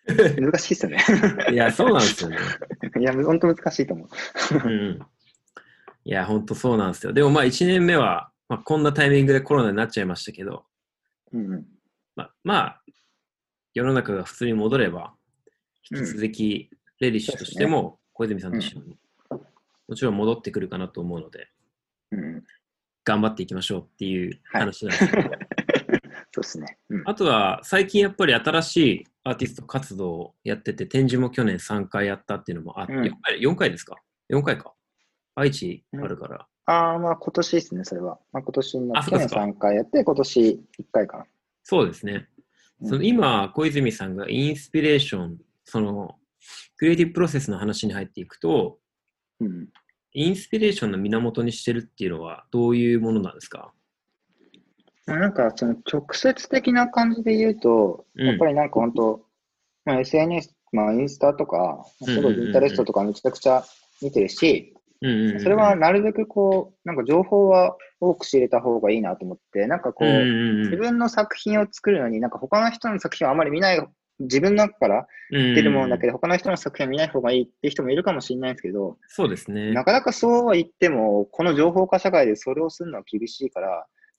Speaker 2: 難しいですよね。
Speaker 1: いや、そうなんですよね。
Speaker 2: いや、本当難しいと思う。
Speaker 1: うん。いや、本当そうなんですよ。でもまあいちねんめは、まあ、こんなタイミングでコロナになっちゃいましたけど、
Speaker 2: うんうん。
Speaker 1: まあ、まあ、世の中が普通に戻れば、引き
Speaker 2: うん。
Speaker 1: 続き、レディッシュと
Speaker 2: そうですね。
Speaker 1: しても、小泉さん
Speaker 2: うん。
Speaker 1: と一緒に、もちろん戻ってくるかなと思うので、
Speaker 2: うん。
Speaker 1: 頑張っていきましょうっていう
Speaker 2: はい。
Speaker 1: 話なんですけど、
Speaker 2: そうですね。うん。
Speaker 1: あとは最近やっぱり新しいアーティスト活動をやってて、展示も去年さんかいやったっていうのもあ、4
Speaker 2: うん。
Speaker 1: 回、よんかいですか？ よん 回か。愛知
Speaker 2: うん、
Speaker 1: あるから。
Speaker 2: ああ、まあ今年ですね、それは。まあ今年になっ
Speaker 1: あ、
Speaker 2: て、去年
Speaker 1: そっかそっか。
Speaker 2: さんかいやって、今年いっかいかな。
Speaker 1: そうですね。その
Speaker 2: うん。
Speaker 1: 今、小泉さんがインスピレーション、その、クリエイティブプロセスの話に入っていくと、
Speaker 2: うん。
Speaker 1: インスピレーションの源にしてるっていうのはどういうものなんですか？
Speaker 2: まあ、なんか、その直接的な感じで言うと、
Speaker 1: うん。
Speaker 2: やっぱりなんか本当、まあ、エスエヌエス、まあインスタとか、
Speaker 1: うんうん
Speaker 2: すごいインタレス
Speaker 1: うん
Speaker 2: トとかめちゃくちゃ見てるし、
Speaker 1: うん。うん
Speaker 2: それ
Speaker 1: うんうん
Speaker 2: はなるべくこう、なんか情報は多く仕入れた方がいいなと思って、なんか
Speaker 1: うん。
Speaker 2: こう、
Speaker 1: うんうん
Speaker 2: 自分の作品を作るのに、なんか他の人の作品をあまり見ない、自分の中から
Speaker 1: うん。うん
Speaker 2: 出る
Speaker 1: うんうん。
Speaker 2: ものだけで他の人の作品を見ない方がいいっていう人もいるかもしれないんですけど、
Speaker 1: そうですね。
Speaker 2: なかなかそうは言っても、この情報化社会でそれをするのは厳しいから、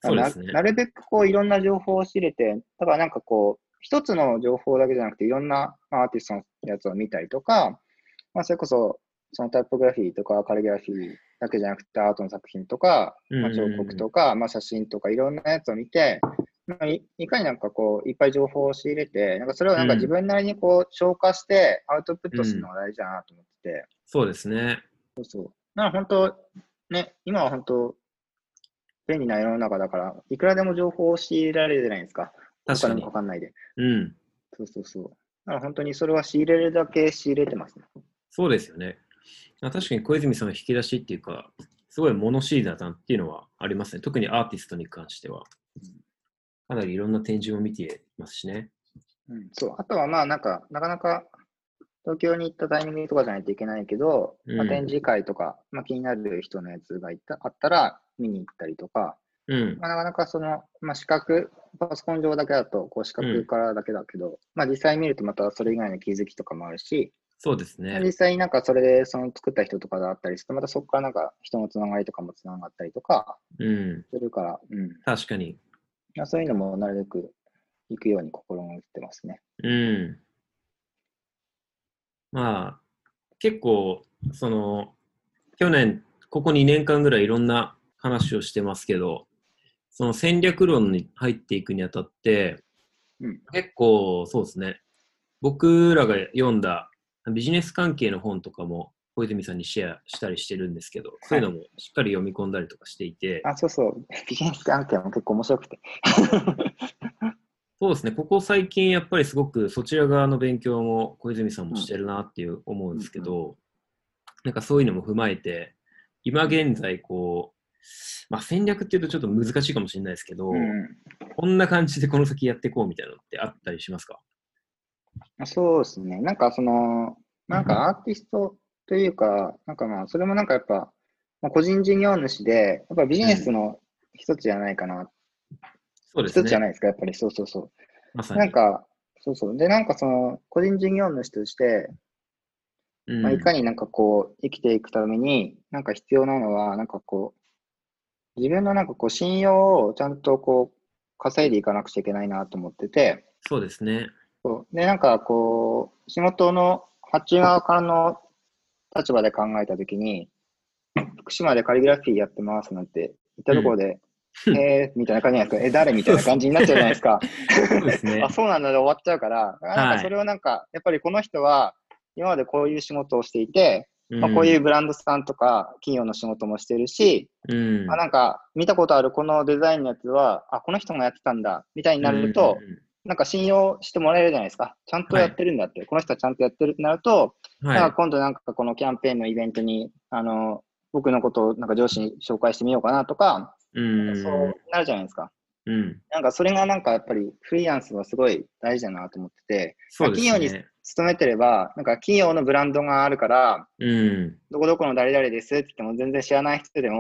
Speaker 2: な、
Speaker 1: そうですね。
Speaker 2: なるべくこういろんな情報を仕入れて、だからなんかこう、一つの情報だけじゃなくて、いろんなまあアーティストのやつを見たりとか、まあ、それこそ、そのタイポグラフィーとかカリグラフィーだけじゃなくて、アートの作品とか、
Speaker 1: うん
Speaker 2: まあ、彫
Speaker 1: うんうん。
Speaker 2: 刻とか、まあ、写真とか、いろんなやつを見て、まあ、いいかになんかこう、いっぱい情報を仕入れて、なんかそれをなんか自
Speaker 1: うん。
Speaker 2: 分なりにこう、消化してアウトプットするの
Speaker 1: うん。
Speaker 2: が大事だなと思ってて、
Speaker 1: そうですね。
Speaker 2: そうそう。だから本当、ね、今は本当、便利な世の中だから、いくらでも情報を仕入れられるじゃないですか。お金も
Speaker 1: 確かに。
Speaker 2: かかんないで。
Speaker 1: うん。
Speaker 2: そうそうそう。だから本当にそれは仕入れるだけ仕入れてますね。
Speaker 1: そうですよね。あ、確かに小泉さんの引き出しっていうか、すごい物知りだなっていうのはありますね。特にアーティストに関しては。かなりいろんな展示も見てますしね。
Speaker 2: うん、そう。あとはまあなんか、なかなか東京に行ったタイミングとかじゃないといけないけど、まあ、展
Speaker 1: うん。
Speaker 2: 示会とか、まあ、気になる人のやつがいたあったら見に行ったりとか、
Speaker 1: うん。
Speaker 2: まあ、なかなかその、まあ、視覚、パソコン上だけだと、こう視
Speaker 1: うん。
Speaker 2: 覚からだけだけど、まあ、実際見るとまたそれ以外の気づきとかもあるし、
Speaker 1: そうですね。
Speaker 2: まあ実際なんかそれでその作った人とかだったりすると、またそこからなんか人のつながりとかもつながったりとか
Speaker 1: うん。
Speaker 2: するから、うん。
Speaker 1: 確かに。
Speaker 2: まあ、そういうのもなるべく行くように心がけてますね。
Speaker 1: うん。まあ、結構、その、去年、ここにねんかんぐらいいろんな話をしてますけど、その戦略論に入っていくにあたって、
Speaker 2: うん。
Speaker 1: 結構そうですね、僕らが読んだビジネス関係の本とかも小泉さんにシェアしたりしてるんですけど、そう
Speaker 2: はい。
Speaker 1: いうのもしっかり読み込んだりとかしていて、
Speaker 2: あ、そうそう。ビジネス関係も結構面白くて。
Speaker 1: そうですね、ここ最近やっぱりすごくそちら側の勉強も小泉さんも
Speaker 2: うん。
Speaker 1: してるなっていう思うんですけ
Speaker 2: うんうん。
Speaker 1: ど、なんかそういうのも踏まえて、今
Speaker 2: うん。
Speaker 1: 現在こう、まあ戦略っていうとちょっと難しいかもしれないですけど、
Speaker 2: うん。
Speaker 1: こんな感じでこの先やっていこうみたいなのってあったりしますか？
Speaker 2: あ、そうですね。なんかその、なんかアーティストというか、なんかまあ、それもなんかやっぱ、まあ、個人事業主で、やっぱビジ
Speaker 1: うん。
Speaker 2: ネスの一つじゃないかな。
Speaker 1: そうですね。
Speaker 2: 一つじゃないですか、やっぱり。そうそうそう。なん
Speaker 1: まさに。
Speaker 2: か、そうそう。で、なんかその、個人事業主として、まあ、いか
Speaker 1: うん。
Speaker 2: になんかこう、生きていくために、なんか必要なのは、なんかこう、自分のなんかこう、信用をちゃんとこう、稼いでいかなくちゃいけないなと思ってて、
Speaker 1: そうですね。
Speaker 2: そう。で、なんかこう、仕事の発注側からの立場で考えたときに、福島でカリグラフィーやってますなんて言った
Speaker 1: うん。
Speaker 2: ところで、へーみたいな感じじゃないですか。え、誰みたいな
Speaker 1: そうです
Speaker 2: 感じになっちゃうじゃないです
Speaker 1: ね。
Speaker 2: か。
Speaker 1: そうです
Speaker 2: あ、
Speaker 1: ね。
Speaker 2: そうなんだで終わっちゃうから、なんかそれ
Speaker 1: はい。
Speaker 2: をなんか、やっぱりこの人は今までこういう仕事をしていて、まあ、こういう
Speaker 1: うん。
Speaker 2: ブランドさんとか企業の仕事もしてるし、
Speaker 1: う
Speaker 2: あ、
Speaker 1: ん。
Speaker 2: なんか見たことあるこのデザインのやつは、あ、この人がやってたんだ、みたいに
Speaker 1: うん。
Speaker 2: なると、
Speaker 1: う
Speaker 2: なんか信用してもらえるじゃないですか。ちゃん
Speaker 1: ん。
Speaker 2: とやっ
Speaker 1: はい。
Speaker 2: てるんだって。この人はちゃんとやってるってなると、
Speaker 1: はい。
Speaker 2: なんか今度なんかこのキャンペーンのイベントに、あの、僕のことをなんか上司に紹介してみようかなとか、
Speaker 1: う
Speaker 2: なんか
Speaker 1: ん。
Speaker 2: そうなるじゃないですか。
Speaker 1: うん。
Speaker 2: なんかそれがなんかやっぱりフリーランスはすごい大事だなと思ってて、
Speaker 1: そうで
Speaker 2: 企業に
Speaker 1: すね。
Speaker 2: 勤めてれば、なんか企業のブランドがあるから、
Speaker 1: うん。
Speaker 2: どこどこの誰々ですって言っても全然知らない人でも、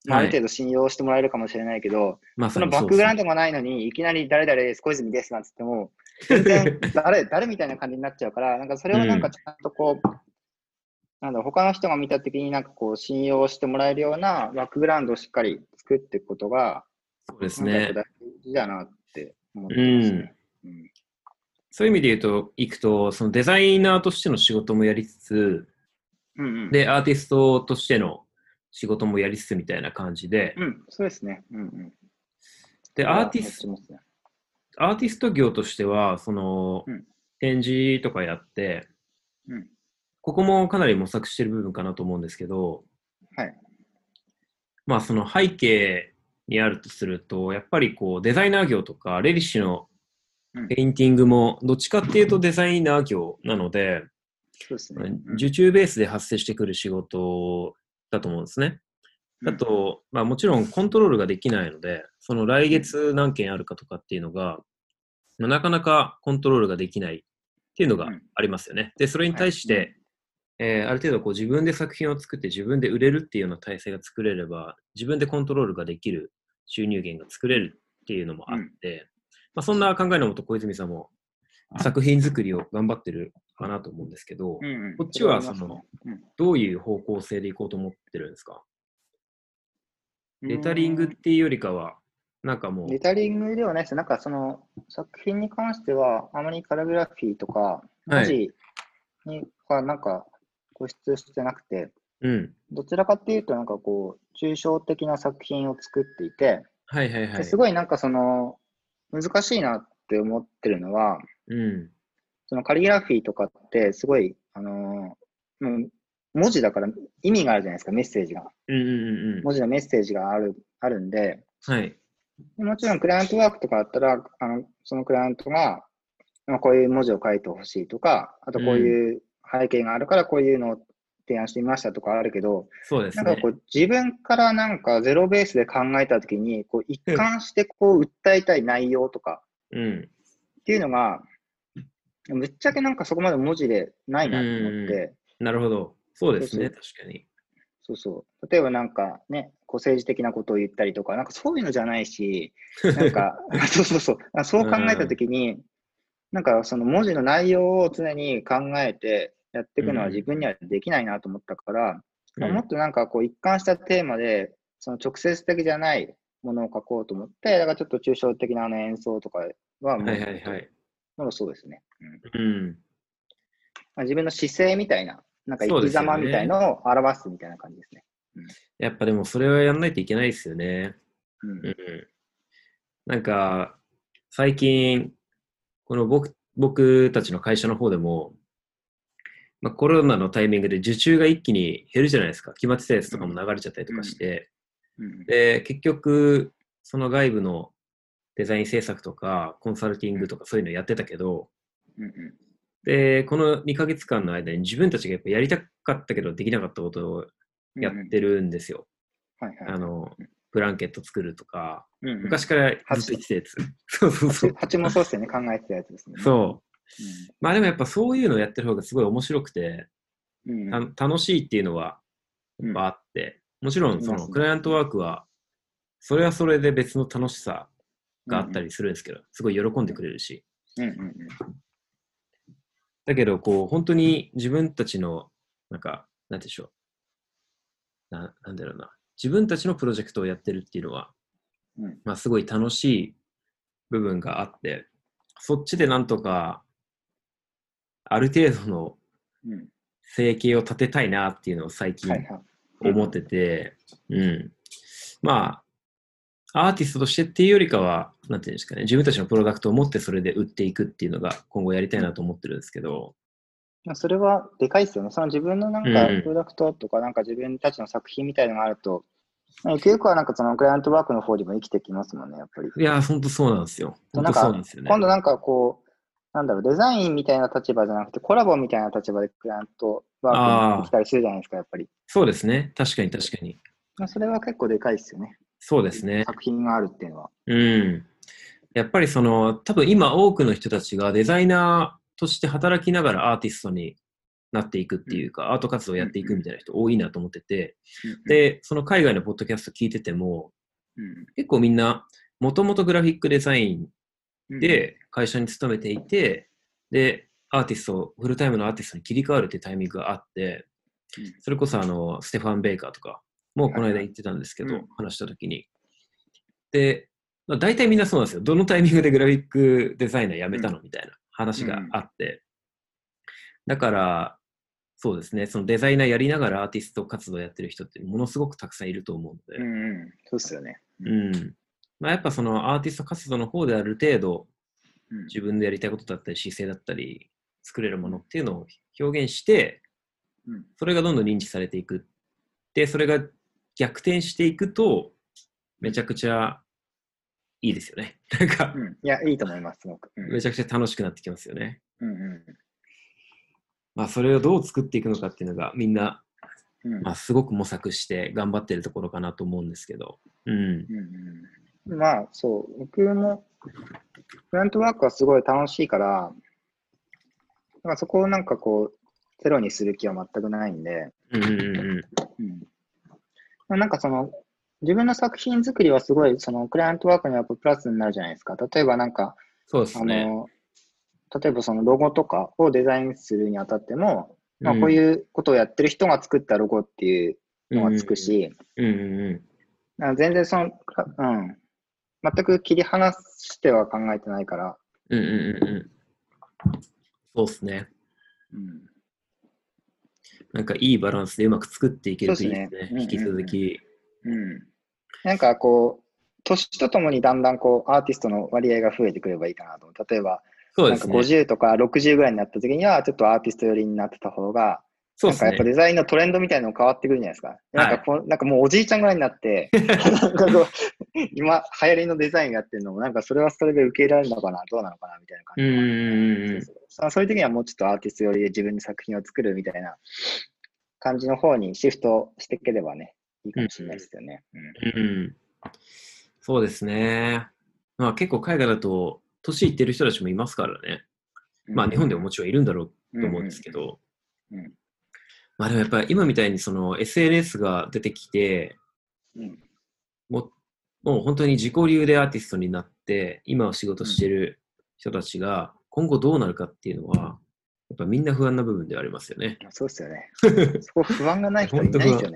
Speaker 2: まあ、ある程度信用してもらえるかもしれないけど、
Speaker 1: まさ
Speaker 2: その
Speaker 1: にそうですね。
Speaker 2: バックグラウンドがないのに、いきなり誰々です、小泉ですなんつっても、全然誰、誰みたいな感じになっちゃうから、なんかそれをなんかちゃんとこう、なんだろう、他の人が見たときになんかこう、信用してもらえるようなバックグラウンドをしっかり作っていくことが、
Speaker 1: そうですね。
Speaker 2: なんかやっぱ大事だなって思っ
Speaker 1: う
Speaker 2: てます
Speaker 1: ん。
Speaker 2: ね。うん。
Speaker 1: そういう意味で言うと、いくと、そのデザイナーとしての仕事もやりつつ、
Speaker 2: うんうん。
Speaker 1: で、アーティストとしての仕事もやりつつみたいな感じで、
Speaker 2: うん、そうですね。うんうん。
Speaker 1: で、
Speaker 2: それは
Speaker 1: アーティス、
Speaker 2: やってますね。
Speaker 1: アーティスト業としては、その、
Speaker 2: うん。
Speaker 1: 展示とかやって、
Speaker 2: うん。
Speaker 1: ここもかなり模索してる部分かなと思うんですけど、
Speaker 2: はい。
Speaker 1: まあその背景にあるとすると、やっぱりこうデザイナー業とか、レリッシュの
Speaker 2: うん。
Speaker 1: ペインティングもどっちかっていうとデザイナー業なので、
Speaker 2: そうですね。うん。
Speaker 1: 受注ベースで発生してくる仕事だと思うんですね。
Speaker 2: うん。
Speaker 1: だと、まあもちろんコントロールができないので、その来
Speaker 2: うん。
Speaker 1: 月何件あるかとかっていうのが、まあなかなかコントロールができないっていうのが
Speaker 2: うん。
Speaker 1: ありますよね。で、それに
Speaker 2: はい。うん。
Speaker 1: 対して、えーある程度こう自分で作品を作って自分で売れるっていうような体制が作れれば、自分でコントロールができる収入源が作れるっていうのもあっ
Speaker 2: うん。
Speaker 1: て、まあ、そんな考えのもと小泉さんも作品作りを頑張ってるかなと思うんですけど、
Speaker 2: うん。うん。
Speaker 1: こっち
Speaker 2: それはあ
Speaker 1: はその、
Speaker 2: りますね。うん。
Speaker 1: どういう方向性でいこうと思ってるんですか？
Speaker 2: うー
Speaker 1: レタリングっ
Speaker 2: ん。
Speaker 1: ていうよりかは、なんかも
Speaker 2: レタリングではないです。なんかその作品に関しては、あまりカリグラフィーとか
Speaker 1: う、はい、
Speaker 2: 文字にはなんか固執してなくて、
Speaker 1: うん、
Speaker 2: どちらかっていうとなんかこう、抽象的な作品を作っていて、
Speaker 1: はいはいは
Speaker 2: です
Speaker 1: い、
Speaker 2: ごいなんかその、難しいなって思ってるのは、
Speaker 1: うん、
Speaker 2: そのカリグラフィーとかってすごい、あのー、もう文字だから意味があるじゃないですか、メッセージが。
Speaker 1: うんうんうんうん、
Speaker 2: 文字のメッセージがある、あるんで、
Speaker 1: はい、
Speaker 2: もちろんクライアントワークとかだったら、あの、そのクライアントが、まあ、こういう文字を書いてほしいとか、あとこう
Speaker 1: うん、
Speaker 2: いう背景があるからこういうのを提案してみましたとかあるけど、
Speaker 1: そうですね。
Speaker 2: なんかこう自分からなんかゼロベースで考えたときに、こう一貫してこう訴えたい内容とか
Speaker 1: うん、
Speaker 2: っていうのが、ぶっちゃけなんかそこまで文字でな
Speaker 1: う
Speaker 2: いなと思っ
Speaker 1: ん、
Speaker 2: て、
Speaker 1: なるほど。そうですね、
Speaker 2: そうそう、
Speaker 1: 確かに。
Speaker 2: そうそう。例えばなんかね、こう政治的なことを言ったりとか、なんかそういうのじゃないし、なんか、そうそうそう、そう考えたと
Speaker 1: うん、
Speaker 2: きに、なんかその文字の内容を常に考えてやっていくのは自
Speaker 1: うん、
Speaker 2: 分にはできないなと思ったから、
Speaker 1: うん、
Speaker 2: もっとなんかこう一貫したテーマで、その直接的じゃないものを書こうと思って、だからちょっと抽象的なあの演奏とかは
Speaker 1: はい
Speaker 2: 文字と、
Speaker 1: はいはい。
Speaker 2: のそうですね。うん、
Speaker 1: うん、
Speaker 2: まあ、自分の姿勢みたいな、なんか生き
Speaker 1: そうですよ
Speaker 2: 様みたい
Speaker 1: ね。
Speaker 2: のを表すみたいな感じですね。うん。
Speaker 1: やっぱでもそれはやんないといけないですよね。
Speaker 2: うん。
Speaker 1: うん、なんか、最近、この僕、僕たちの会社の方でも、まあ、コロナのタイミングで受注が一気に減るじゃないですか。決まってたやつとかも
Speaker 2: うん。
Speaker 1: 流れちゃったりと
Speaker 2: うん。
Speaker 1: かして、
Speaker 2: うん。
Speaker 1: で、結局、その外部のデザイン制作とか、コンサルティン
Speaker 2: うん。
Speaker 1: グとかそういうのやってたけど、
Speaker 2: うん。
Speaker 1: で、このにかげつかんの間に自分たちがやっぱやりたかったけどできなかったことを
Speaker 2: うん。うん。
Speaker 1: やってるんですよ。
Speaker 2: はいはいはい。
Speaker 1: あの、ブランケット作るとか、
Speaker 2: うん。うん。
Speaker 1: 昔からずっと
Speaker 2: 蜂、
Speaker 1: 言ってたやつ。そうそうそ
Speaker 2: 蜂、
Speaker 1: う。
Speaker 2: 蜂もそうですよね。考えてたやつですもんね。
Speaker 1: そう。
Speaker 2: うん。
Speaker 1: まあでもやっぱそういうのをやってる方がすごい面白くて、
Speaker 2: うん。う
Speaker 1: た
Speaker 2: ん。
Speaker 1: 楽しいっていうのはやっ
Speaker 2: うん。
Speaker 1: ぱあって、もちろんその
Speaker 2: いますね。
Speaker 1: クライアント
Speaker 2: うん。
Speaker 1: ワークは、それはそれで別の楽しさ
Speaker 2: うん。
Speaker 1: があったりするんですけど、すごい喜んでくれるし。
Speaker 2: うん。うん。うん。
Speaker 1: だけど、こう、本当に自分たちの、なんか、なんていうんでしょう。な、なんだろうな。自分たちのプロジェクトをやってるっていうのは、
Speaker 2: うん。
Speaker 1: まあ、すごい楽しい部分があって、そっちでなんとか、ある程度の
Speaker 2: うん。
Speaker 1: 生計を立てたいなっていうのを最近
Speaker 2: はいはい。うん。
Speaker 1: 思ってて、うん。まあ、アーティストとしてっていうよりかは、なんていうんですかね、自分たちのプロダクトを持ってそれで売っていくっていうのが今後やりたい
Speaker 2: うん。
Speaker 1: なと思ってるんですけど、
Speaker 2: まあ、それはでかいですよね。その自分のなん
Speaker 1: う
Speaker 2: か、プロ
Speaker 1: ん。
Speaker 2: ダクトとか、なんか自分たちの作品みたいなのがあると、まあゆくゆくはなんかそのクライアントワークの方にも生きてきますもんね、やっぱり。
Speaker 1: いやー、ほんとそうなんですよ。ほんとそう
Speaker 2: でなんか、
Speaker 1: なんですよね。
Speaker 2: 今度なんかこう、なんだろう、デザインみたいな立場じゃなくて、コラボみたいな立場でクライアントワークになってき
Speaker 1: ああ、
Speaker 2: たりするじゃないですか、やっぱり。
Speaker 1: そうですね。確かに
Speaker 2: そうそう。
Speaker 1: 確かに。
Speaker 2: まあ、それは結構でかいですよね。
Speaker 1: そうですね。
Speaker 2: 作品があるっていうのは。
Speaker 1: うん。やっぱりその、多分今多くの人たちがデザイナーとして働きながらアーティストになっていくっていうか、アート活動をやっていくみたいな人多いなと思ってて、
Speaker 2: うん、
Speaker 1: で、その海外のポッドキャスト聞いてても、
Speaker 2: うん、
Speaker 1: 結構みんな、もともとグラフィックデザイン
Speaker 2: うん、
Speaker 1: で会社に勤めていて、で、アーティスト、フルタイムのアーティストに切り替わるっていうタイミングがあって、それこそあの、ステファン・ベイカーとか、もうこの間言ってたんですけど、
Speaker 2: はいはい、
Speaker 1: 話したときに。で、まあ、大体みんなそうなんですよ。どのタイミングでグラフィックデザイナー辞めたのみたいな話があって。だから、そうですね、そのデザイナーやりながらアーティスト活動やってる人ってものすごくたくさんいると思うので。
Speaker 2: うん、うん、そうっすよね。
Speaker 1: うん。まあ、やっぱそのアーティスト活動の方である程度、自分でやりたいことだったり、姿勢だったり、作れるものっていうのを表現して、それがどんどん認知されていく。で、それが逆転していくと、めちゃくちゃいいですよね。なんか、
Speaker 2: うん、いや、いいと思います、すごく。うん、
Speaker 1: めちゃくちゃ楽しくなってきますよね。
Speaker 2: うん、うん。
Speaker 1: まあ、それをどう作っていくのかっていうのが、みんな、
Speaker 2: うん、
Speaker 1: まあ、すごく模索して頑張ってるところかなと思うんですけど。うん。
Speaker 2: うんうん、まあ、そう、僕も、クライアントワークはすごい楽しいから、だからそこをなんかこう、ゼロにする気は全くないんで、
Speaker 1: うんうんうん
Speaker 2: うん、なんかその、自分の作品作りはすごい、その、クライアントワークにはプラスになるじゃないですか。例えばなんか、
Speaker 1: そうですね。
Speaker 2: あの、例えばそのロゴとかをデザインするにあたっても、まあ、
Speaker 1: うん
Speaker 2: こういうことをやってる人が作ったロゴっていうのがつく
Speaker 1: うん
Speaker 2: し、
Speaker 1: うんうん
Speaker 2: なんか全然その、かうん、全く切り離しては考えてないから、
Speaker 1: うんうんうんうん。そうですね。
Speaker 2: うん、
Speaker 1: なんかいいバランスでうまく作っていけると
Speaker 2: そうですね。
Speaker 1: いいですね。
Speaker 2: うんうん
Speaker 1: 引き続き。
Speaker 2: うん。うん。なんかこう、年とともにだんだんこう、アーティストの割合が増えてくればいいかなと思う。例えば、なんか
Speaker 1: そうですね。
Speaker 2: ごじゅうとかろくじゅうぐらいになった時には、ちょっとアーティスト寄りになってた方が、なんかやっぱ
Speaker 1: そうですね。
Speaker 2: デザインのトレンドみたいなの変わってくるじゃないですか。なん
Speaker 1: はい。
Speaker 2: かこう、なんかもうおじいちゃんぐらいになって、なんかこう、今流行りのデザインやってるのも、なんかそれはそれで受け入れられるのかな、どうなのかな、みたいな感
Speaker 1: うん
Speaker 2: じもあって、
Speaker 1: うんうん。
Speaker 2: そうそうそう。そういう時にはもうちょっとアーティスト寄りで自分で作品を作るみたいな感じの方にシフトしていければね、いいかもしれないですよね。うん。
Speaker 1: うんうん。そうですね。まあ結構海外だと、年いってる人たちもいますからね。まあ日本でももちろんいるんだろうと思うんですけど。
Speaker 2: うんうん
Speaker 1: まあでもやっぱり今みたいにその エスエヌエス が出てきて、
Speaker 2: うん。
Speaker 1: もうもう本当に自己流でアーティストになって、今は仕事
Speaker 2: うん
Speaker 1: してる人たちが今後どうなるかっていうのは、やっぱみんな不安な部分ではありますよね。
Speaker 2: そうですよね。そこ不安がない人い
Speaker 1: 本当不安。
Speaker 2: ないですよね。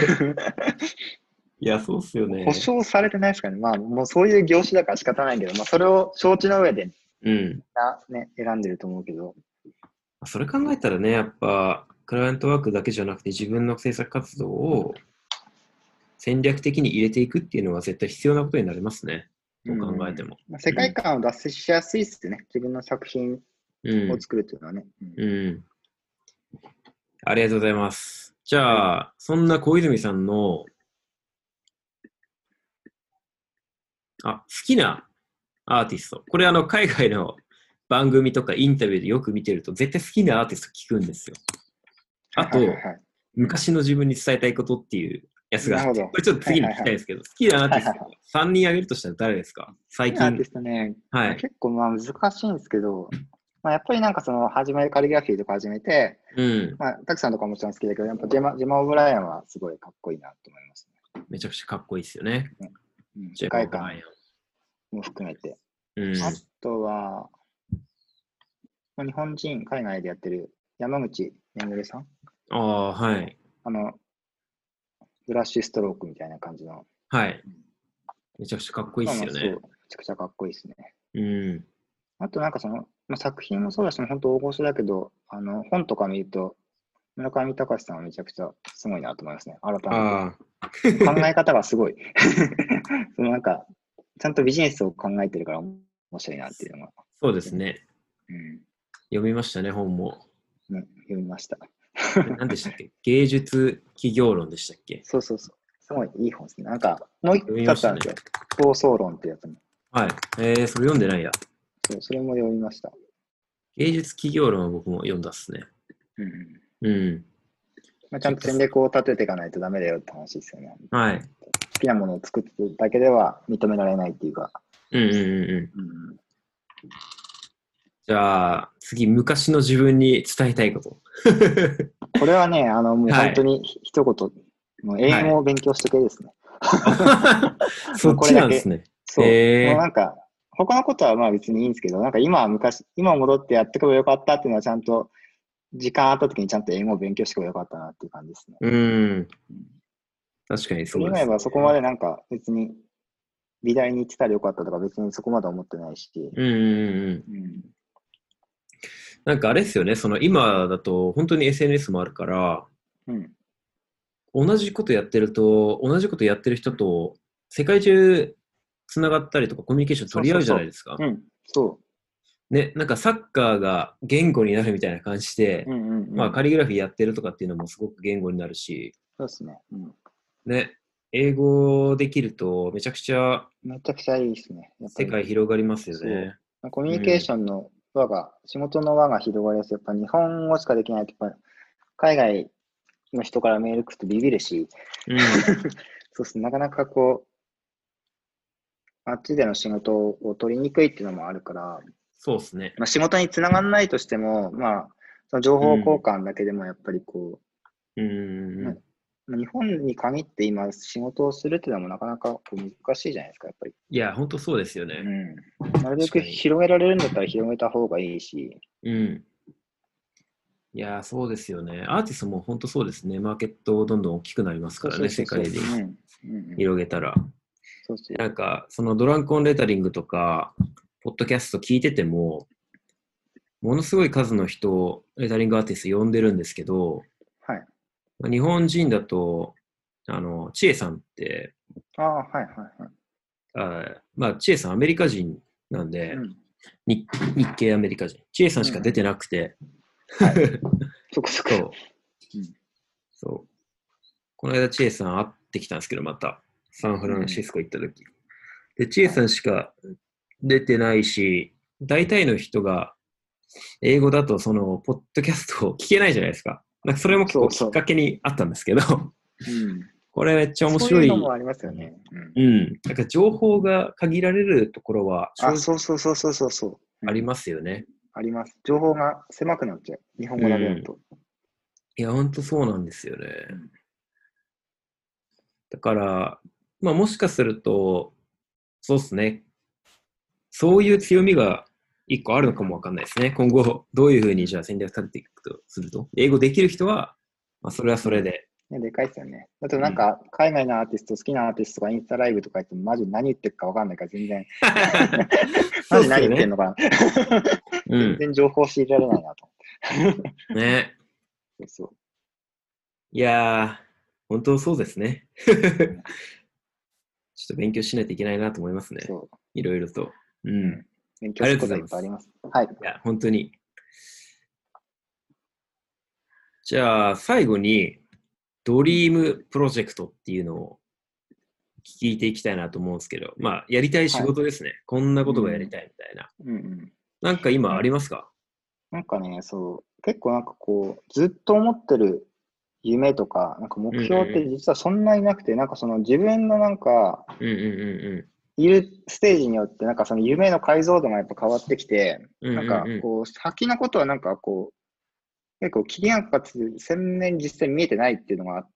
Speaker 1: いや、そうっすよね。
Speaker 2: 保証されてないですからね。まあ、もうそういう業種だから仕方ないけど、まあ、それを承知の上で
Speaker 1: うん。
Speaker 2: な、ね、選んでると思うけど。
Speaker 1: それ考えたらね、やっぱ、クライアントワークだけじゃなくて自分の制作活動を戦略的に入れていくっていうのは絶対必要なことになりますね。どう考えても。
Speaker 2: まあ、世界観を脱出しやすいっすよね。自分の作品を作るっていうのはね。
Speaker 1: うん。うん。ありがとうございます。じゃあ、はい、そんな小泉さんの、あ、好きなアーティスト。これあの、海外の番組とかインタビューでよく見てると、絶対好きなアーティスト聞くんですよ。あと、はいはいはいはい、昔の自分に伝えたいことっていうやつがあって、これちょっと次に聞きたいんですけど、はいはいはい、好きなアーティスト、はいはいはい、さんにん挙げるとしたら誰ですか？最近。
Speaker 2: アーティストね、
Speaker 1: はい、
Speaker 2: 結構まあ難しいんですけど、まあ、やっぱりなんかその、始め、カリグラフィーとか始めて、
Speaker 1: うん、
Speaker 2: まあ、タクさんとかもちろん好きだけど、やっぱジェマ、ジェマ・オブライアンはすごいかっこいいなと思います
Speaker 1: ね。めちゃくちゃかっこいいですよね。
Speaker 2: うん、世界観も含めて。うん、あとは、日本人、海外でやってる山口めぐれさん。
Speaker 1: ああ、はい。
Speaker 2: あの、ブラッシュストロークみたいな感じの。
Speaker 1: はい。めちゃくちゃかっこいいですよね。そう、め
Speaker 2: ちゃくちゃかっこいいですね。
Speaker 1: うん。
Speaker 2: あとなんかその、まあ、作品もそうだし、本当大御所だけど、あの、本とか見ると、村上隆さんはめちゃくちゃすごいなと思いますね。改めて。考え方がすごい。そのなんか、ちゃんとビジネスを考えてるから面白いなっていうのが。
Speaker 1: そうですね。
Speaker 2: うん、
Speaker 1: 読みましたね、本も。
Speaker 2: うん、読みました。
Speaker 1: 何でしたっけ？芸術企業論でしたっけ？
Speaker 2: そうそうそう。すごいいい本ですね。なんか、もう一冊あるんですよ。構想論ってやつも。
Speaker 1: はい。えー、それ読んでないや。
Speaker 2: そう、それも読みました。
Speaker 1: 芸術企業論は僕も読んだっすね。
Speaker 2: うん。
Speaker 1: うん。
Speaker 2: まあ、ちゃんと戦略を立てていかないとダメだよって話ですよね。
Speaker 1: はい。
Speaker 2: 好きなものを作ってるだけでは認められないっていうか。
Speaker 1: うんうんうんうん。うん、 じゃあ、次、昔の自分に伝えたいこと。
Speaker 2: これはね、あの、もう
Speaker 1: はい。
Speaker 2: 本当にひ一言、もう英
Speaker 1: はい。
Speaker 2: 語を勉強してくれですね。
Speaker 1: あ
Speaker 2: もう
Speaker 1: そっち
Speaker 2: これだけ。
Speaker 1: なんですね。
Speaker 2: そう。もう
Speaker 1: へえ。
Speaker 2: なんか、他のことはまあ別にいいんですけど、なんか今は昔、今戻ってやってけばよかったっていうのはちゃんと、時間あった時にちゃんと英語を勉強してけばよかったなっていう感じですね。
Speaker 1: うん。
Speaker 2: うん、
Speaker 1: 確かに
Speaker 2: それ以外
Speaker 1: そうです
Speaker 2: はそこま
Speaker 1: ね。
Speaker 2: でなんか別に美大に行ってたらよかったとか別にそこまで思ってないし。
Speaker 1: うんうんうんうん。
Speaker 2: うん。
Speaker 1: なんかあれですよね、その今だと本当に エスエヌエス もあるから、
Speaker 2: うん。
Speaker 1: 同じことやってると、同じことやってる人と世界中つながったりとかコミュニケーション取り合うじゃない
Speaker 2: そうそうそ
Speaker 1: ですか。
Speaker 2: う。うん。そ
Speaker 1: ね、なんかサッカーが言語になるみたいな感じ
Speaker 2: う。
Speaker 1: で、
Speaker 2: うんうんうん。
Speaker 1: まあカリグラフィーやってるとかっていうのもすごく言語になるし、
Speaker 2: そうですね。うん。
Speaker 1: ね、英語できるとめちゃくちゃ
Speaker 2: めちゃくちゃいいですね。やっぱり。
Speaker 1: 世界広がりますよ
Speaker 2: そ
Speaker 1: ね。
Speaker 2: う。コミュニケー
Speaker 1: うん。
Speaker 2: ションの輪が、仕事の輪が広がりやすい。やっぱ日本語しかできないと、やっぱ海外の人からメール来るとビビるし、
Speaker 1: うん。
Speaker 2: そうすね、なかなかこう、あっちでの仕事を取りにくいっていうのもあるから、
Speaker 1: そうですね。
Speaker 2: まあ、仕事につながらないとしても、まあ、その情報交
Speaker 1: うん。
Speaker 2: 換だけでもやっぱりこ
Speaker 1: うんうん
Speaker 2: う、ね、
Speaker 1: うん。
Speaker 2: まあ日本に限って今仕事をするっていうのもなかなかこう難しいじゃないですか、やっぱり。
Speaker 1: いや、本当そうですよね。
Speaker 2: うん。なるべく
Speaker 1: 確かに。
Speaker 2: 広げられるんだったら広げた方がいいし、
Speaker 1: うん。いや、そうですよね。アーティストも本当そうですね。マーケットどんどん大きくなります
Speaker 2: そう
Speaker 1: からね、
Speaker 2: そうそうそう。
Speaker 1: 世界で
Speaker 2: うん。うんうん。
Speaker 1: 広げたら。
Speaker 2: そうそう。
Speaker 1: なんか、そのドランクオンレタリングとか、ポッドキャスト聞いてても、ものすごい数の人をレタリングアーティスト呼んでるんですけど、
Speaker 2: はい。
Speaker 1: 日本人だと、あの、チエさんって、
Speaker 2: ああ、はいはいはい。
Speaker 1: あまあ、チエさんアメリカ人なんで、
Speaker 2: うん。
Speaker 1: 日日系アメリカ人。チエさんしか出て
Speaker 2: うんうん。
Speaker 1: なくて、
Speaker 2: はい。そこそこ。
Speaker 1: そう、
Speaker 2: うん。
Speaker 1: そう。この間、チエさん会ってきたんですけど、また、サンフランシ
Speaker 2: うん。
Speaker 1: スコ行った時。で、チエ
Speaker 2: はい。
Speaker 1: さんしか出てないし、大体の人が英語だと、その、ポッドキャストを聞けないじゃないですか。なんかそれも結構きっか
Speaker 2: そうそ
Speaker 1: けにあったんですけど、
Speaker 2: う。うん。
Speaker 1: これめっちゃ面
Speaker 2: そうい
Speaker 1: 白い。
Speaker 2: うのもありますよね。うん。
Speaker 1: うん。なんか情報が限られるところは
Speaker 2: あ、
Speaker 1: 正直
Speaker 2: そうそうそうそうそうそう。うん。
Speaker 1: ありますよね。
Speaker 2: あります。情報が狭くなっちゃう。日本
Speaker 1: う
Speaker 2: 語だけだ
Speaker 1: ん。
Speaker 2: と。
Speaker 1: いや、ほんとそうなんですよね。
Speaker 2: うん。
Speaker 1: だから、まあもしかすると、そうですね。そういう強みが一個あるのかもわかんないですね。今後、どういうふう
Speaker 2: うん。
Speaker 1: にじゃあ戦略立てていくとすると、英語できる人は、まあそれはそ
Speaker 2: うん。
Speaker 1: れで、
Speaker 2: ね、でかいですよね。だと
Speaker 1: うん。
Speaker 2: なんか、海外のアーティスト、好きなアーティストがインスタライブとか言っても、マジ何言ってるかわかんないから、全然
Speaker 1: そうっ
Speaker 2: マジ
Speaker 1: すよね。
Speaker 2: 何言ってんのかな
Speaker 1: うん。
Speaker 2: 全然情報仕入れられないなと。
Speaker 1: ね。
Speaker 2: そうそ
Speaker 1: いやー、本当そうですね。
Speaker 2: う。うん。
Speaker 1: ちょっと勉強しないといけないなと思いますね。
Speaker 2: そ
Speaker 1: いろいろと。う
Speaker 2: う。う
Speaker 1: ん。
Speaker 2: ん。勉強
Speaker 1: ありが
Speaker 2: すること
Speaker 1: とうございます。
Speaker 2: はいっぱいあります。はい。
Speaker 1: いや、本当に。じゃあ、最後に、ド
Speaker 2: うん。
Speaker 1: リームプロジェクトっていうのを聞いていきたいなと思うんですけど、まあ、やりたい仕
Speaker 2: はい。
Speaker 1: 事ですね。こんなことがやり
Speaker 2: うん。
Speaker 1: たいみたいな。
Speaker 2: うんうん。
Speaker 1: なんか今
Speaker 2: なん
Speaker 1: ありますか？
Speaker 2: なんかね、そう、結構なんかこう、ずっと思ってる夢とか、なんか目
Speaker 1: うんうん
Speaker 2: 標って実はそんなになくて、なんかその自分のなんか、
Speaker 1: うん。うんうん
Speaker 2: いるステージによって、なんかその夢の解像度がやっぱ変わってきて、
Speaker 1: うんうん。
Speaker 2: なん
Speaker 1: うんうんうん。
Speaker 2: かこう、先のことはなんかこう、結構切りがかつ鮮明に実際見えてないっていうのがあって、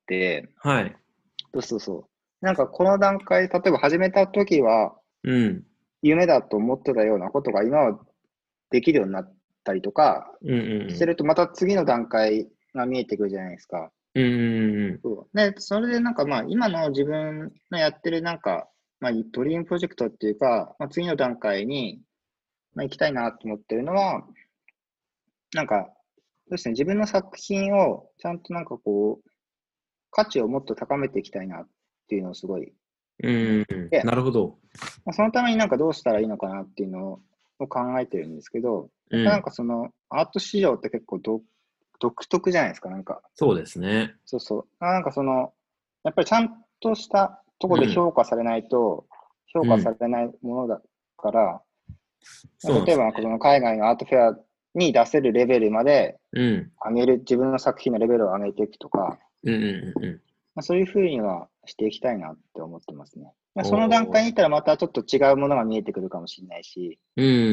Speaker 1: はい。
Speaker 2: そうそうそう。なんかこの段階、例えば始めた時は
Speaker 1: うん。
Speaker 2: 夢だと思ってたようなことが今はできるようになったりとか
Speaker 1: うんうん
Speaker 2: してると、また次の段階が見えてくるじゃないですか。
Speaker 1: うん。うんうんうん。
Speaker 2: そう。で、それでなんかまあ、今の自分のやってるなんか、まあ、ドリームプロジェクトっていうか、まあ、次の段階に、まあ、行きたいなと思ってるのは、なんか、そうですね、自分の作品をちゃんとなんかこう、価値をもっと高めていきたいなっていうのをすごい思っ
Speaker 1: うんうん。
Speaker 2: て、
Speaker 1: なるほど。
Speaker 2: まあ、そのためになんかどうしたらいいのかなっていうのを考えてるんですけど、やっぱなん
Speaker 1: うん。
Speaker 2: かそのアート市場って結構ど独特じゃないですか、なんか。
Speaker 1: そうですね。
Speaker 2: そうそう。なんかその、やっぱりちゃんとしたところで
Speaker 1: うん。
Speaker 2: 評価されないと、評価さ
Speaker 1: うん。
Speaker 2: れないものだから、まあ、
Speaker 1: そうなんで
Speaker 2: 例えばなんかそ
Speaker 1: すよね。
Speaker 2: の海外のアートフェアに出せるレベルまで
Speaker 1: うん。
Speaker 2: 上げる、自分の作品のレベルを上げていくとか、
Speaker 1: うんうんうんうん。
Speaker 2: まあ、そういうふうにはしていきたいなって思ってますね。まあ、その段階に
Speaker 1: おー。
Speaker 2: 行ったらまたちょっと違うものが見えてくるかもしれないし、
Speaker 1: うん。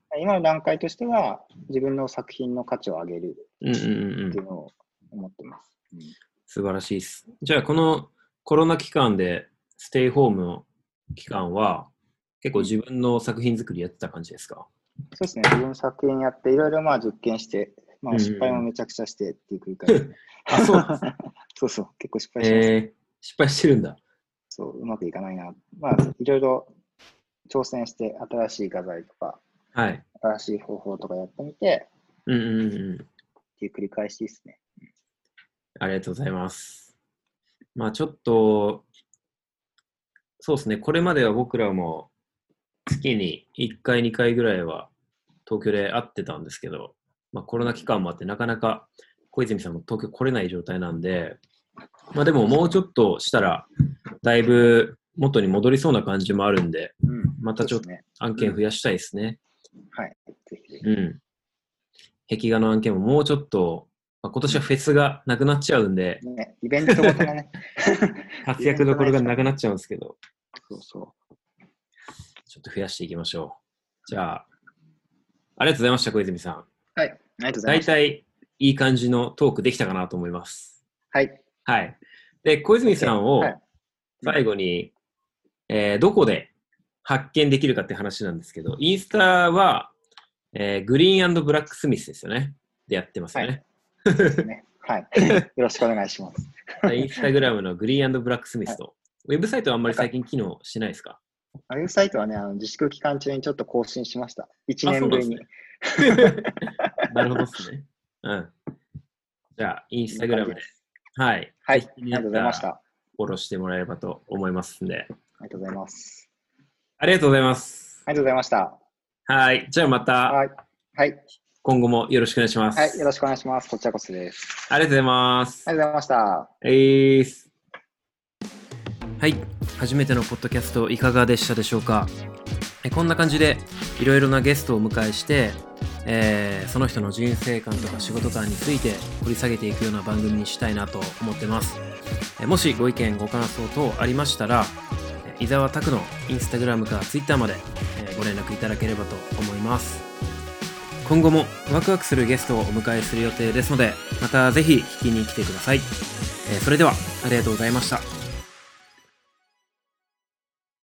Speaker 2: 今の段階としては、自分の作品の価値を上げる
Speaker 1: うんうんうんうん。
Speaker 2: っていうのを思ってます。うん、
Speaker 1: 素晴らしいです。じゃあ、このコロナ期間で、ステイホームの期間は、結構自分の作品作りやってた感じですか？
Speaker 2: そうですね。自分の作品やって、いろいろまあ実験して、まあ失敗もめちゃくちゃしてっていう繰り返しですね。
Speaker 1: あ、そうなんですね。
Speaker 2: そうそう。結構失敗します、ね。
Speaker 1: えー、失敗してるんだ。
Speaker 2: そう、うまくいかないな。まあ、いろいろ挑戦して、新しい画材とか、
Speaker 1: はい。
Speaker 2: 新しい方法とかやってみて、
Speaker 1: うんうんうん。
Speaker 2: っていう繰り返しですね。
Speaker 1: ありがとうございます。まあちょっと、そうですね。これまでは僕らも月にいっかい、にかいぐらいは東京で会ってたんですけど、まあコロナ期間もあってなかなか小泉さんも東京来れない状態なんで、まあでももうちょっとしたらだいぶ元に戻りそうな感じもあるんで、
Speaker 2: うん、
Speaker 1: またちょっと案件増やしたいですね。
Speaker 2: はい。ぜひぜひ。
Speaker 1: うん。壁画の案件ももうちょっと、まあ、今年はフェスがなくなっちゃうんで、
Speaker 2: ね、イベントごとのね、
Speaker 1: 活躍どころがなくなっちゃうんですけど、
Speaker 2: そうそう。
Speaker 1: ちょっと増やしていきましょう。じゃあ、ありがとうございました、小泉さん。
Speaker 2: はい。ありがとうございました。
Speaker 1: 大体いい感じのトークできたかなと思います。
Speaker 2: はい。
Speaker 1: はい。で、小泉さんを
Speaker 2: はい
Speaker 1: 最後に、えーどこで発見できるかって話なんですけど、インスタは、えーグリーン&ブラックスミスですよね。でやってますよね。
Speaker 2: そうですね。はい。よろしくお願いします。
Speaker 1: インスタグラムのグリーン&ブラックスミスと、ウェブサイトはあんまり最近機能してないですか？
Speaker 2: ウェブサイトはね、あの自粛期間中にちょっと更新しました。いちねんぶりに。
Speaker 1: なるほどですね。うん。じゃあ、インスタグラムで、はい。
Speaker 2: はい。あ
Speaker 1: ぜひ
Speaker 2: りがとうございました。
Speaker 1: フォローしてもらえればと思いますんで。
Speaker 2: ありがとうございます。
Speaker 1: ありがとうございます。
Speaker 2: ありがとうございました。
Speaker 1: はい。じゃあまた、
Speaker 2: はい。はい。
Speaker 1: 今後もよろしくお願いします。
Speaker 2: はい。よろしくお願いします。こちらこそです。
Speaker 1: ありがとうございます。
Speaker 2: ありがとうございました。
Speaker 1: えーす。はい。初めてのポッドキャストいかがでしたでしょうか？えこんな感じでいろいろなゲストをお迎えして、えーその人の人生観とか仕事観について掘り下げていくような番組にしたいなと思ってます。えもしご意見ご感想等ありましたら、伊沢拓のインスタグラムかツイッターまで、えーご連絡いただければと思います。今後もワクワクするゲストをお迎えする予定ですので、またぜひ聞きに来てください。えーそれではありがとうございました。